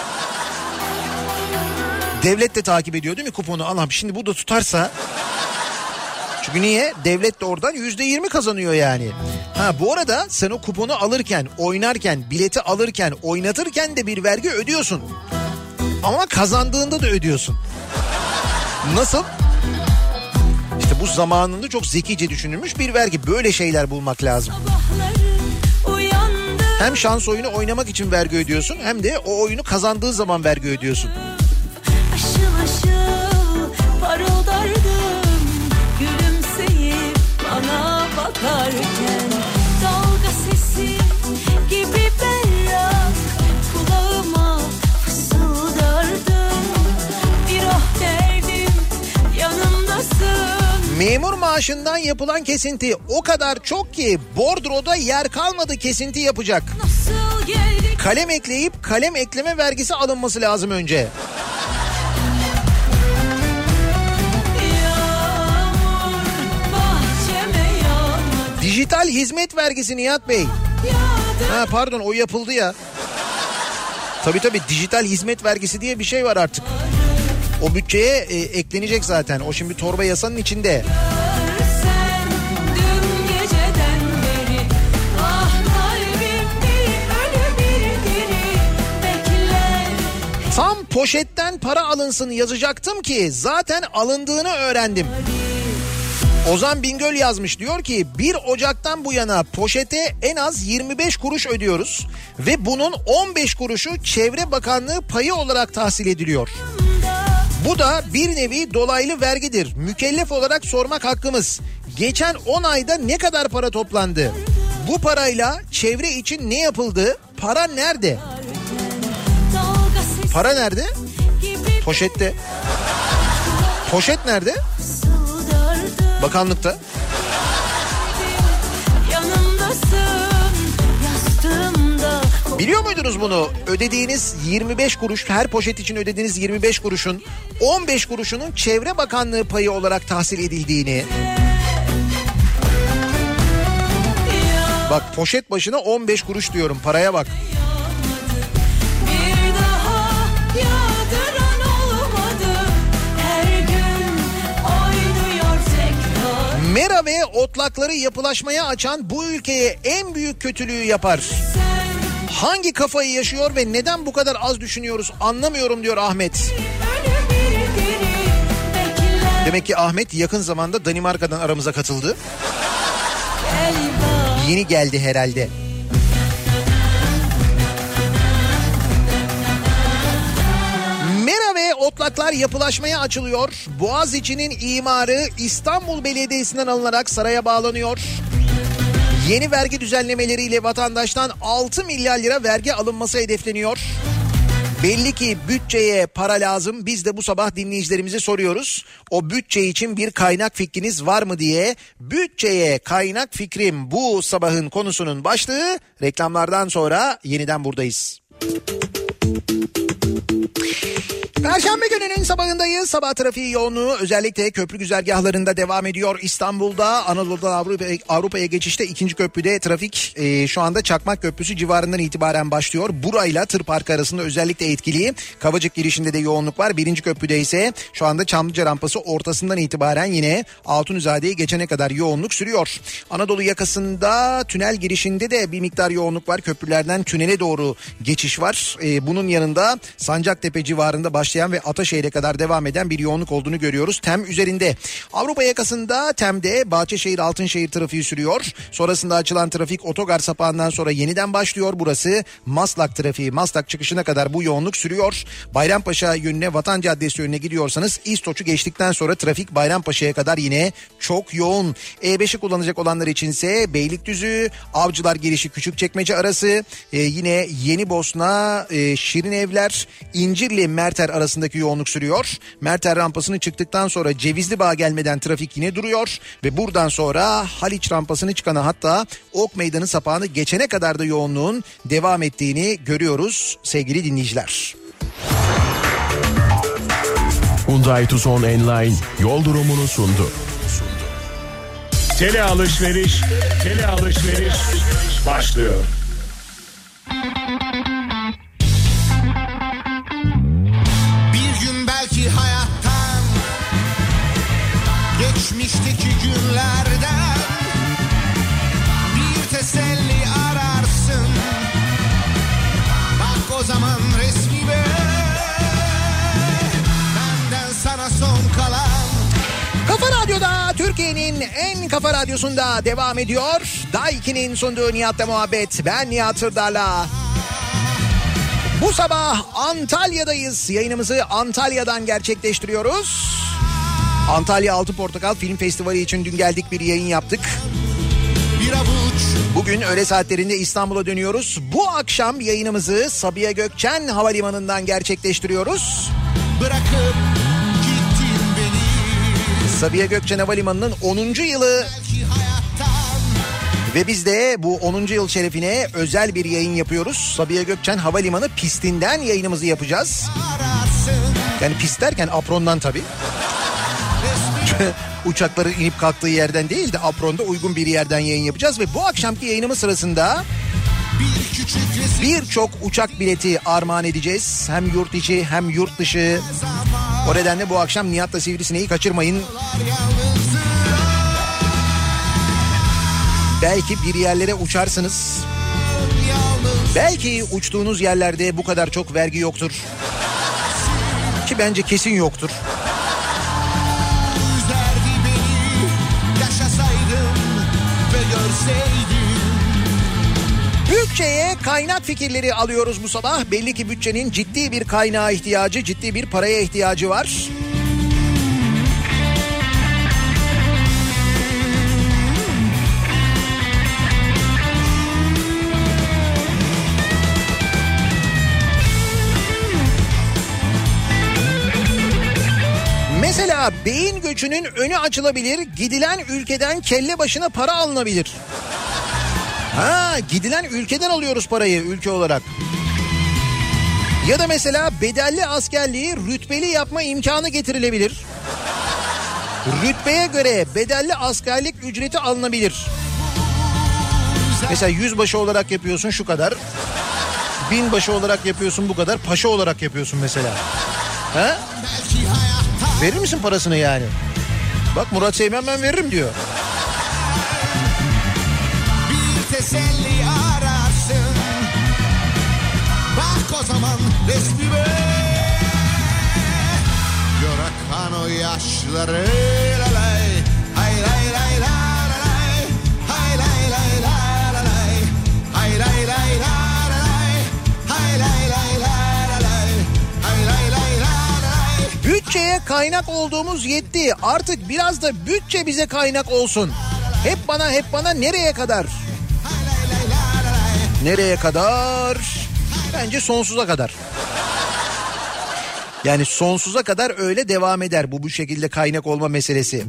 Devlet de takip ediyor değil mi kuponu? Allah'ım şimdi bu da tutarsa... Çünkü niye? Devlet de oradan yüzde yirmi kazanıyor yani. Ha bu arada sen o kuponu alırken, oynarken, bileti alırken, oynatırken de bir vergi ödüyorsun. Ama kazandığında da ödüyorsun. Nasıl? İşte bu zamanında çok zekice düşünülmüş bir vergi. Böyle şeyler bulmak lazım. Hem şans oyunu oynamak için vergi ödüyorsun, hem de o oyunu kazandığı zaman vergi ödüyorsun. Aşıl aşıl parıldardım, gülümseyip bana bakarken, dalga sesi gibi berrak kulağıma fısıldardım, bir oh derdim yanımdasın. Memur maaşından yapılan kesinti o kadar çok ki bordroda yer kalmadı, kesinti yapacak. Kalem ekleyip kalem ekleme vergisi alınması lazım önce. Dijital hizmet vergisi Nihat Bey. Ha pardon, o yapıldı ya. Tabii tabii, dijital hizmet vergisi diye bir şey var artık. O bütçeye e, eklenecek zaten. O şimdi torba yasanın içinde. Tam poşetten para alınsın yazacaktım ki zaten alındığını öğrendim. Ozan Bingöl yazmış, diyor ki bir Ocak'tan bu yana poşete en az yirmi beş kuruş ödüyoruz ve bunun on beş kuruşu Çevre Bakanlığı payı olarak tahsil ediliyor. Bu da bir nevi dolaylı vergidir. Mükellef olarak sormak hakkımız. Geçen on ayda ne kadar para toplandı? Bu parayla çevre için ne yapıldı? Para nerede? Para nerede? Poşette. Poşet nerede? Bakanlıkta. Biliyor muydunuz bunu? Ödediğiniz yirmi beş kuruş, her poşet için ödediğiniz yirmi beş kuruşun on beş kuruşunun Çevre Bakanlığı payı olarak tahsil edildiğini. Bak, poşet başına on beş kuruş diyorum, paraya bak. Mera ve otlakları yapılaşmaya açan bu ülkeye en büyük kötülüğü yapar. Hangi kafayı yaşıyor ve neden bu kadar az düşünüyoruz anlamıyorum, diyor Ahmet. Demek ki Ahmet yakın zamanda Danimarka'dan aramıza katıldı. Yeni geldi herhalde. Mera ve otlaklar yapılaşmaya açılıyor. Boğaziçi'nin imarı İstanbul Belediyesi'nden alınarak saraya bağlanıyor. Yeni vergi düzenlemeleriyle vatandaştan altı milyar lira vergi alınması hedefleniyor. Belli ki bütçeye para lazım. Biz de bu sabah dinleyicilerimize soruyoruz. O bütçe için bir kaynak fikriniz var mı diye. Bütçeye kaynak fikrim bu sabahın konusunun başlığı. Reklamlardan sonra yeniden buradayız. Perşembe gününün sabahındayız. Sabah trafiği yoğunluğu özellikle köprü güzergahlarında devam ediyor. İstanbul'da Anadolu'dan Avrupa, Avrupa'ya geçişte ikinci köprüde trafik e, şu anda Çakmak Köprüsü civarından itibaren başlıyor. Burayla Tır Parkı arasında özellikle etkili. Kavacık girişinde de yoğunluk var. Birinci köprüde ise şu anda Çamlıca rampası ortasından itibaren yine Altunizade'ye geçene kadar yoğunluk sürüyor. Anadolu yakasında tünel girişinde de bir miktar yoğunluk var. Köprülerden tünele doğru geçiş var. E, bunun yanında Sancaktepe civarında başlayan ve Ataşehir'e kadar devam eden bir yoğunluk olduğunu görüyoruz. TEM üzerinde. Avrupa yakasında TEM'de Bahçeşehir Altınşehir trafiği sürüyor. Sonrasında açılan trafik otogar sapağından sonra yeniden başlıyor. Burası Maslak trafiği. Maslak çıkışına kadar bu yoğunluk sürüyor. Bayrampaşa yönüne, Vatan Caddesi yönüne gidiyorsanız İstoç'u geçtikten sonra trafik Bayrampaşa'ya kadar yine çok yoğun. E beşi kullanacak olanlar içinse Beylikdüzü, Avcılar girişi Küçükçekmece arası, e, yine Yenibosna, e, Şirinevler, İncirli Merter arasındaki yoğunluk sürüyor. Merter rampasını çıktıktan sonra Cevizlibağ gelmeden trafik yine duruyor ve buradan sonra Haliç rampasını çıkana, hatta Ok Meydanı sapağını geçene kadar da yoğunluğun devam ettiğini görüyoruz sevgili dinleyiciler. Hyundai Tucson Enline yol durumunu sundu. Tele alışveriş, tele alışveriş başlıyor. Bir gün belki hayattan, geçmişteki günlerden bir teselli ararsın. Bak o zaman resmime, benden sana son kalan. Kafa Radyo'da, Türkiye'nin en kafa radyosunda devam ediyor. Daiki'nin sunduğu Nihat'la muhabbet. Ben Nihat Sırdar'la. Bu sabah Antalya'dayız. Yayınımızı Antalya'dan gerçekleştiriyoruz. Antalya Altın Portakal Film Festivali için dün geldik, bir yayın yaptık. Bir avuç. Bugün öğle saatlerinde İstanbul'a dönüyoruz. Bu akşam yayınımızı Sabiha Gökçen Havalimanı'ndan gerçekleştiriyoruz. Bırakıp gittin beni. Sabiha Gökçen Havalimanı'nın onuncu yılı Belki hayattan ve biz de bu onuncu yıl şerefine özel bir yayın yapıyoruz. Sabiha Gökçen Havalimanı pistinden yayınımızı yapacağız. ararsın. Yani pist derken aprondan tabii. Uçakların inip kalktığı yerden değil de apronda uygun bir yerden yayın yapacağız. Ve bu akşamki yayınımız sırasında Bir küçük resim birçok uçak bileti armağan edeceğiz. Hem yurt içi hem yurt dışı. O nedenle bu akşam Nihat'la Sivrisineği kaçırmayın. Belki bir yerlere uçarsınız. Belki uçtuğunuz yerlerde bu kadar çok vergi yoktur. Ki bence kesin yoktur. üzerdi beni. Yaşasaydım ve görseydim. Bütçeye kaynak fikirleri alıyoruz bu sabah. Belli ki bütçenin ciddi bir kaynağa ihtiyacı, ciddi bir paraya ihtiyacı var. Mesela beyin göçünün önü açılabilir, gidilen ülkeden kelle başına para alınabilir. Ha, gidilen ülkeden alıyoruz parayı ülke olarak. Ya da mesela bedelli askerliği rütbeli yapma imkanı getirilebilir. Rütbeye göre bedelli askerlik ücreti alınabilir. Mesela yüzbaşı olarak yapıyorsun şu kadar. Binbaşı olarak yapıyorsun bu kadar. Paşa olarak yapıyorsun mesela. Ha? Belki hayattan Verir misin parasını yani? Bak Murat Seymen ben veririm diyor. bir teselli ararsın. Bak o zaman resmime. Gör akan o yaşları. Lalay. Hay lay lay la la lay. Hay lay lay la la lay. Hay lay lay la la lay. Hay lay lay la la lay. Hay lay lay la la lay. Bütçeye kaynak olduğumuz yetti. Artık biraz da bütçe bize kaynak olsun. Hep bana hep bana nereye kadar? Nereye kadar? Bence sonsuza kadar. Yani sonsuza kadar öyle devam eder bu bu şekilde kaynak olma meselesi.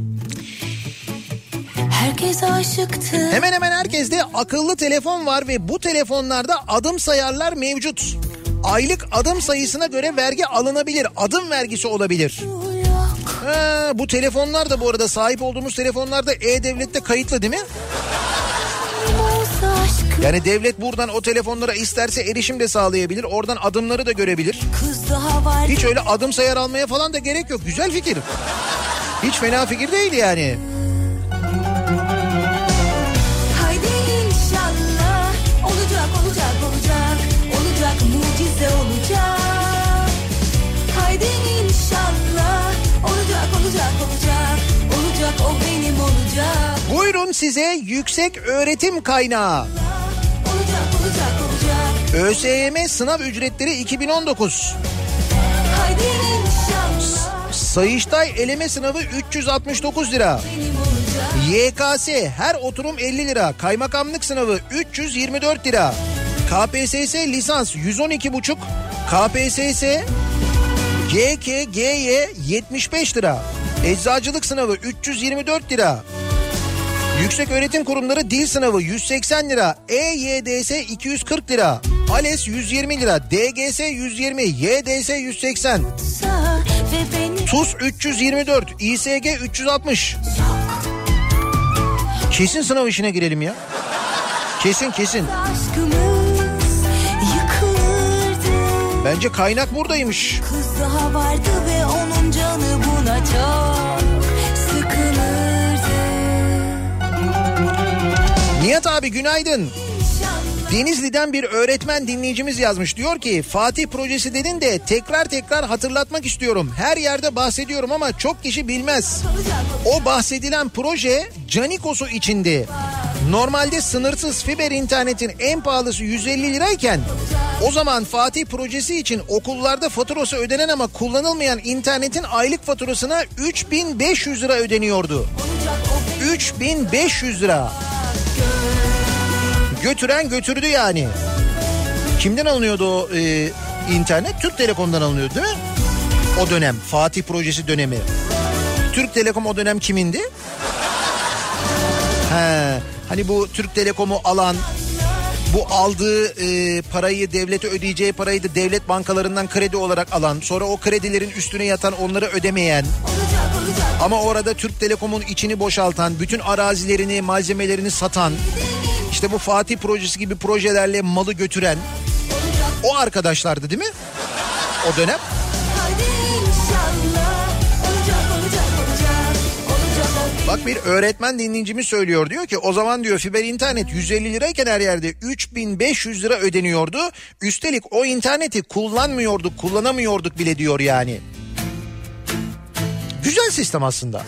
Herkes aşıktı. Hemen hemen herkeste akıllı telefon var ve bu telefonlarda adım sayarlar mevcut. Aylık adım sayısına göre vergi alınabilir. Adım vergisi olabilir. Yok. Ha, bu telefonlar da bu arada sahip olduğumuz telefonlar da E-Devlet'te kayıtlı değil mi? Olsa aşkım. Yani devlet buradan o telefonlara isterse erişim de sağlayabilir. Oradan adımları da görebilir. Kız daha var. Hiç öyle adım sayar almaya falan da gerek yok. Güzel fikir. Hiç fena fikir değil yani. Haydi inşallah. Olacak olacak olacak. Olacak mucize olacak. Haydi inşallah. Olacak olacak olacak. Olacak o benim olacak. Buyurun size yüksek öğretim kaynağı. Olacak olacak olacak. ÖSYM sınav ücretleri iki bin on dokuz. Haydi inşallah. Sayıştay eleme sınavı üç yüz altmış dokuz lira. Benim olacak. Y K S her oturum elli lira. Kaymakamlık sınavı üç yüz yirmi dört lira. K P S S lisans yüz on iki buçuk. K P S S G K G Y yetmiş beş lira. Eczacılık sınavı üç yüz yirmi dört lira. Yüksek öğretim kurumları dil sınavı yüz seksen lira. E Y D S iki yüz kırk lira. ALES yüz yirmi lira. D G S yüz yirmi. Y D S yüz seksen. ve beni Tuz üç yüz yirmi dört, İ S G üç yüz altmış. Kesin sınav işine girelim ya. Kesin kesin. aşkımız yıkılırdı. Bence kaynak buradaymış. Kız daha vardı ve onun canı buna çok sıkılırdı. Nihat abi günaydın. Denizli'den bir öğretmen dinleyicimiz yazmış. Diyor ki Fatih projesi dedin de tekrar tekrar hatırlatmak istiyorum. Her yerde bahsediyorum ama çok kişi bilmez. O bahsedilen proje Canikos'u içindi. Normalde sınırsız fiber internetin en pahalısı yüz elli lirayken o zaman Fatih projesi için okullarda faturası ödenen ama kullanılmayan internetin aylık faturasına üç bin beş yüz lira ödeniyordu. üç bin beş yüz lira. Götüren götürdü yani. Kimden alınıyordu o e, internet? Türk Telekom'dan alınıyordu değil mi? O dönem Fatih projesi dönemi. Türk Telekom o dönem kimindi? He, hani bu Türk Telekom'u alan, bu aldığı e, parayı devlete ödeyeceği parayı da devlet bankalarından kredi olarak alan, sonra o kredilerin üstüne yatan onları ödemeyen ama orada Türk Telekom'un içini boşaltan, bütün arazilerini, malzemelerini satan, işte bu Fatih projesi gibi projelerle malı götüren o arkadaşlardı değil mi? O dönem. Bak bir öğretmen dinleyicimiz söylüyor, diyor ki o zaman diyor fiber internet yüz elli lirayken her yerde üç bin beş yüz lira ödeniyordu. Üstelik o interneti kullanmıyorduk, kullanamıyorduk bile diyor yani. Güzel sistem aslında.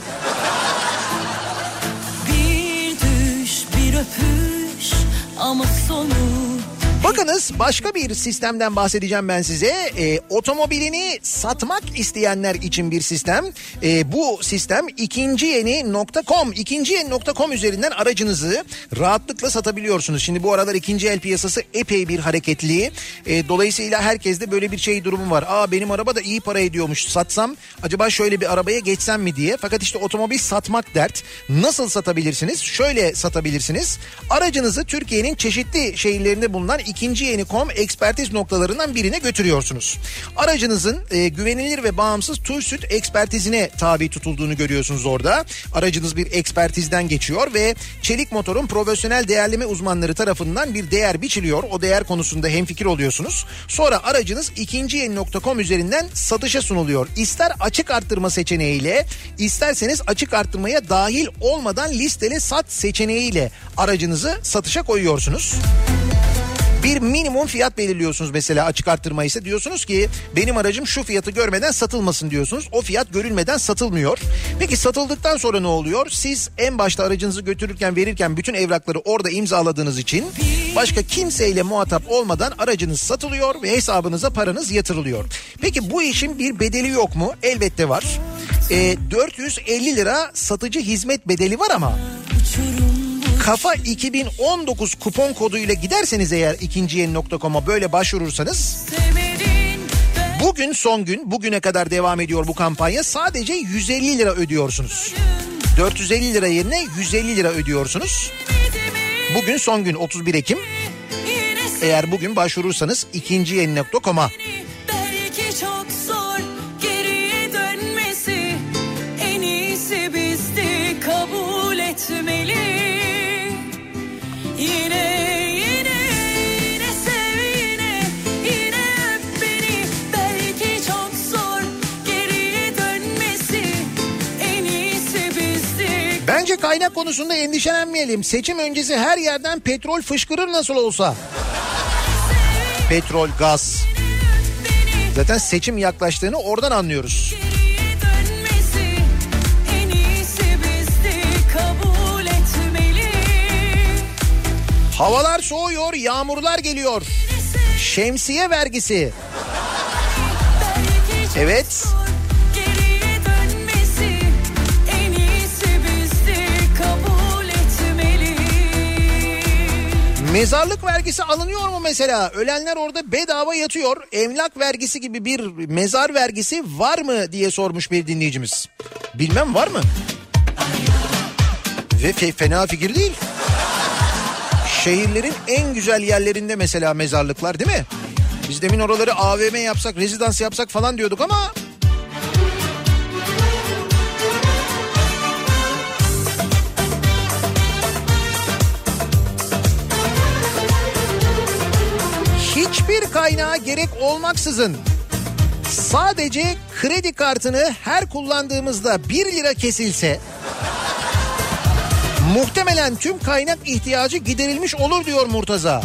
Bir düş, bir öpüş ama sonu. Bakınız başka bir sistemden bahsedeceğim ben size. E, otomobilini satmak isteyenler için bir sistem. E, bu sistem ikinciyeni nokta com. ikinciyeni nokta com üzerinden aracınızı rahatlıkla satabiliyorsunuz. Şimdi bu aralar ikinci el piyasası epey bir hareketli. E, dolayısıyla herkeste böyle bir şey durumu var. Aa benim araba da iyi para ediyormuş. Satsam acaba şöyle bir arabaya geçsem mi diye. Fakat işte otomobil satmak dert. Nasıl satabilirsiniz? Şöyle satabilirsiniz. Aracınızı Türkiye'nin çeşitli şehirlerinde bulunan ikinciyeni nokta com ekspertiz noktalarından birine götürüyorsunuz. Aracınızın e, güvenilir ve bağımsız TÜRSÜT ekspertizine tabi tutulduğunu görüyorsunuz orada. Aracınız bir ekspertizden geçiyor ve çelik motorun profesyonel değerleme uzmanları tarafından bir değer biçiliyor. O değer konusunda hemfikir oluyorsunuz. Sonra aracınız ikinciyeni nokta com üzerinden satışa sunuluyor. İster açık arttırma seçeneğiyle, isterseniz açık arttırmaya dahil olmadan listeli sat seçeneğiyle aracınızı satışa koyuyorsunuz. Bir minimum fiyat belirliyorsunuz mesela açık arttırma ise, diyorsunuz ki benim aracım şu fiyatı görmeden satılmasın diyorsunuz. O fiyat görülmeden satılmıyor. Peki satıldıktan sonra ne oluyor? Siz en başta aracınızı götürürken verirken bütün evrakları orada imzaladığınız için başka kimseyle muhatap olmadan aracınız satılıyor ve hesabınıza paranız yatırılıyor. Peki bu işin bir bedeli yok mu? Elbette var. E, dört yüz elli lira satıcı hizmet bedeli var ama Kafa iki bin on dokuz kupon koduyla giderseniz eğer ikinciyeni nokta com'a böyle başvurursanız, bugün son gün, bugüne kadar devam ediyor bu kampanya, sadece yüz elli lira ödüyorsunuz. dört yüz elli lira yerine yüz elli lira ödüyorsunuz. Bugün son gün otuz bir Ekim. Eğer bugün başvurursanız ikinciyeni nokta com'a. Belki çok zor geriye dönmesi, en iyisi bizde kabul etmeli. Yine yine yine sev yine, yine öp beni. Belki çok zor geriye dönmesi, en iyisi bizde. Bence kaynak konusunda endişelenmeyelim. Seçim öncesi her yerden petrol fışkırır nasıl olsa. Petrol, gaz. Zaten seçim yaklaştığını oradan anlıyoruz. Havalar soğuyor, yağmurlar geliyor. Şemsiye vergisi. Evet. Mezarlık vergisi alınıyor mu mesela? Ölenler orada bedava yatıyor. Emlak vergisi gibi bir mezar vergisi var mı diye sormuş bir dinleyicimiz. Bilmem var mı? Ve fe- fena fikir değil. Şehirlerin en güzel yerlerinde mesela mezarlıklar, değil mi? Biz demin oraları A V M yapsak, rezidans yapsak falan diyorduk ama kaynağı gerek olmaksızın sadece kredi kartını her kullandığımızda bir lira kesilse muhtemelen tüm kaynak ihtiyacı giderilmiş olur diyor Murtaza.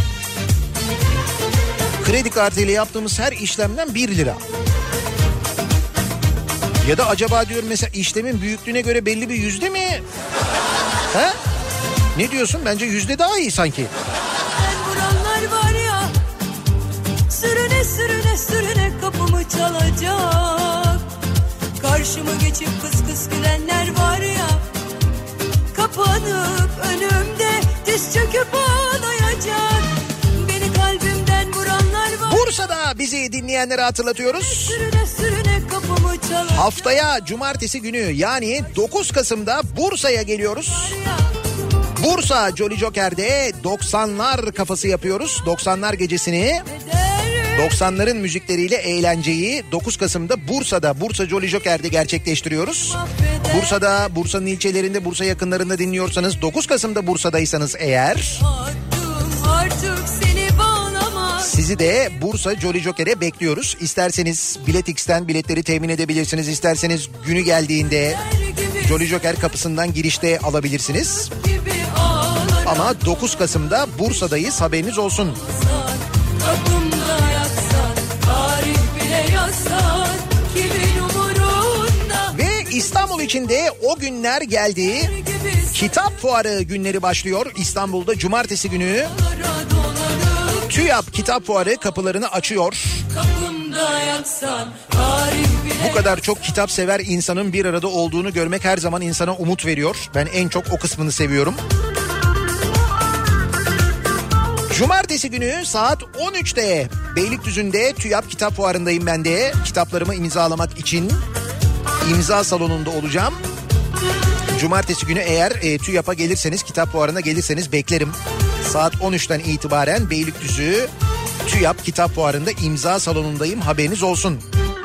Kredi kartıyla yaptığımız her işlemden bir lira. Ya da acaba diyorum mesela işlemin büyüklüğüne göre belli bir yüzde mi? He? Ne diyorsun? Bence yüzde daha iyi sanki. Ben vuranlar var ya, sürüne sürüne sürüne kapımı çalacak. Karşıma geçip kıs kıs gülenler var ya, kapanıp önümde diz çöküp ağlayacak. Beni kalbimden vuranlar var. Bursa'da bizi dinleyenlere hatırlatıyoruz. Sürüne sürüne kapımı çalacak. Haftaya cumartesi günü yani dokuz Kasım'da Bursa'ya geliyoruz. Bursa Jolly Joker'de doksanlar kafası yapıyoruz. doksanlar gecesini, doksanların müzikleriyle eğlenceyi dokuz Kasım'da Bursa'da, Bursa Jolly Joker'de gerçekleştiriyoruz. Bursa'da, Bursa'nın ilçelerinde, Bursa yakınlarında dinliyorsanız, dokuz Kasım'da Bursa'daysanız eğer, sizi de Bursa Jolly Joker'e bekliyoruz. İsterseniz Biletix'ten biletleri temin edebilirsiniz. İsterseniz günü geldiğinde Jolly Joker kapısından girişte alabilirsiniz. Ama dokuz Kasım'da Bursa'dayız, haberiniz olsun. Ve İstanbul için de o günler geldi. Kitap Fuarı günleri başlıyor. İstanbul'da cumartesi günü TÜYAP Kitap Fuarı kapılarını açıyor. Bu kadar çok kitap sever insanın bir arada olduğunu görmek her zaman insana umut veriyor. Ben en çok o kısmını seviyorum. Cumartesi günü saat on üçte Beylikdüzü'nde TÜYAP Kitap Fuarı'ndayım ben de. Kitaplarımı imzalamak için imza salonunda olacağım. Cumartesi günü eğer e, TÜYAP'a gelirseniz, Kitap Fuarı'na gelirseniz beklerim. Saat on üçten itibaren Beylikdüzü TÜYAP Kitap Fuarı'nda imza salonundayım, haberiniz olsun.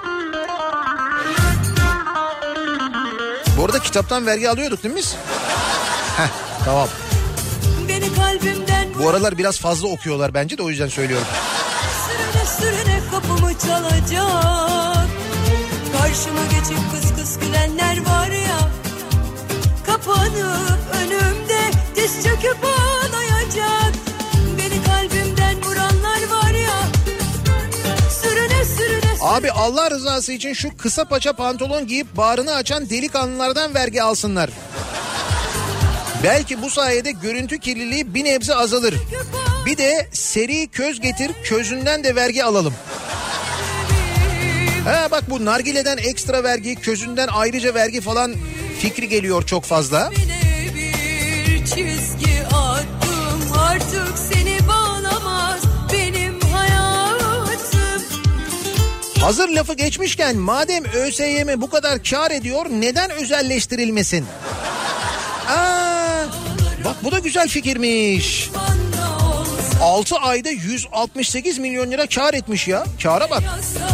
Bu arada kitaptan vergi alıyorduk değil mi biz? Heh, tamam. Beni kalbimden bu aralar biraz fazla okuyorlar bence de, o yüzden söylüyorum. Sürüne sürüne kapımı çalacak. Karşıma geçip kıs kıs gülenler var ya, kapanıp önümde diz çöküp ağlayacak. Beni kalbimden vuranlar var ya, sürüne sürüne. Abi Allah rızası için şu kısa paça pantolon giyip bağrını açan delikanlılardan vergi alsınlar. Belki bu sayede görüntü kirliliği bir nebze azalır. Bir de seri köz getir, közünden de vergi alalım. Ha bak, bu nargileden ekstra vergi, közünden ayrıca vergi falan fikri geliyor çok fazla. Bir çizgi attım, artık seni bağlamaz benim hayatım. Hazır lafı geçmişken, madem ÖSYM bu kadar kar ediyor, neden özelleştirilmesin? Aa, bak bu da güzel fikirmiş. altı ayda yüz altmış sekiz milyon lira kar etmiş ya. Kâra bak.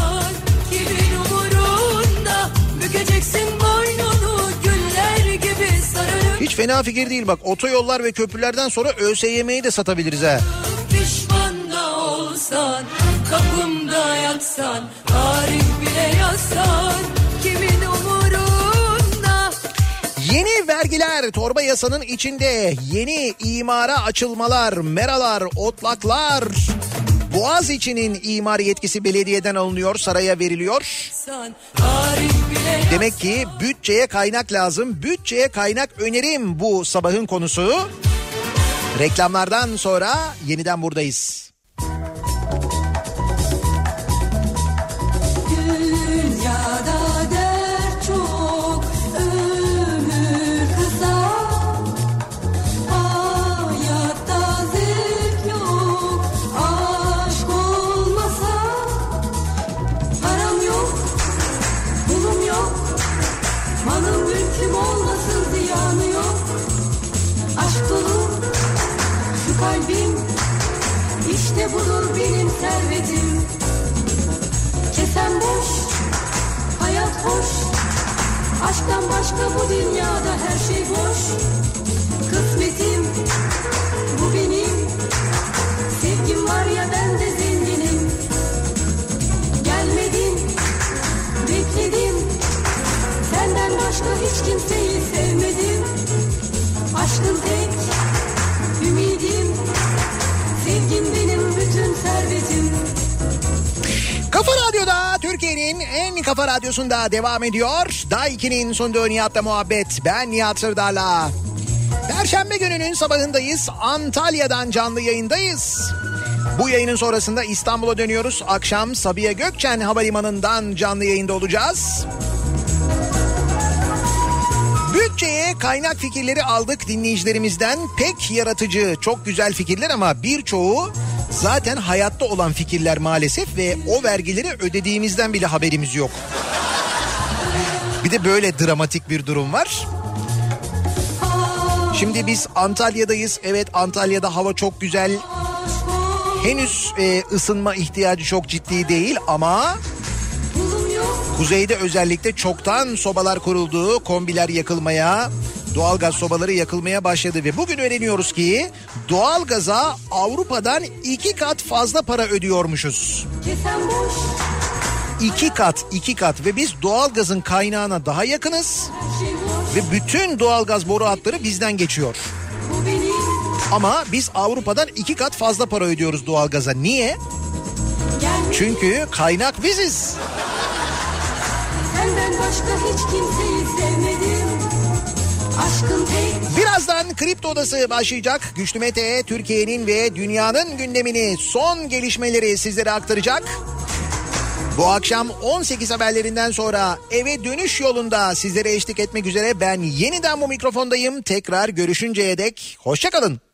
Hiç fena fikir değil bak. Otoyollar ve köprülerden sonra ÖSYM'yi de satabiliriz ha. Pişman da olsan, kapımda yatsan, tarih bile yazsan, kimin umurunda? Yeni vergiler torba yasanın içinde, yeni imara açılmalar, meralar, otlaklar. Boğaziçi'nin imar yetkisi belediyeden alınıyor, saraya veriliyor. Demek ki bütçeye kaynak lazım. Bütçeye kaynak önerim bu sabahın konusu. Reklamlardan sonra yeniden buradayız. Dünyada dert çok, ömür kısa, hayatta zevk yok, aşk olmasa, param yok, pulum yok, malım mülküm olmasın ziyanı yok, aşk dolu şu kalbim, işte budur benim servetim. Kesem boş, hayat hoş, aşktan başka bu dünyada her şey boş. Kısmetim, bu benim, sevgim var ya ben de zenginim. başka hiç kimseyi sevmedim. Aşkın tek ümidim, sevgin benim bütün servetim. Kafa Radyo'da, Türkiye'nin en kafa radyosunda devam ediyor. Daha ikinin sunduğu Nihat'la muhabbet. Ben Nihat Sırdar'la. Perşembe gününün sabahındayız. Antalya'dan canlı yayındayız. Bu yayının sonrasında İstanbul'a dönüyoruz. Akşam Sabiha Gökçen Havalimanı'ndan canlı yayında olacağız. Bütçeye kaynak fikirleri aldık dinleyicilerimizden. Pek yaratıcı, çok güzel fikirler ama birçoğu zaten hayatta olan fikirler maalesef ve o vergileri ödediğimizden bile haberimiz yok. Bir de böyle dramatik bir durum var. Şimdi biz Antalya'dayız. Evet, Antalya'da hava çok güzel. Henüz e, ısınma ihtiyacı çok ciddi değil ama kuzeyde özellikle çoktan sobalar kuruldu, kombiler yakılmaya, doğalgaz sobaları yakılmaya başladı ve bugün öğreniyoruz ki doğalgaza Avrupa'dan iki kat fazla para ödüyormuşuz. İki kat, iki kat ve biz doğalgazın kaynağına daha yakınız ve bütün doğalgaz boru hatları bizden geçiyor. Ama biz Avrupa'dan iki kat fazla para ödüyoruz doğalgaza. Niye? Çünkü kaynak biziz. Senden başka hiç kimseyi sevmedim. Aşkın tek. Birazdan Kripto Odası başlayacak. Güçlü Mete Türkiye'nin ve dünyanın gündemini, son gelişmeleri sizlere aktaracak. Bu akşam on sekiz haberlerinden sonra eve dönüş yolunda sizlere eşlik etmek üzere ben yeniden bu mikrofondayım. Tekrar görüşünceye dek hoşça kalın.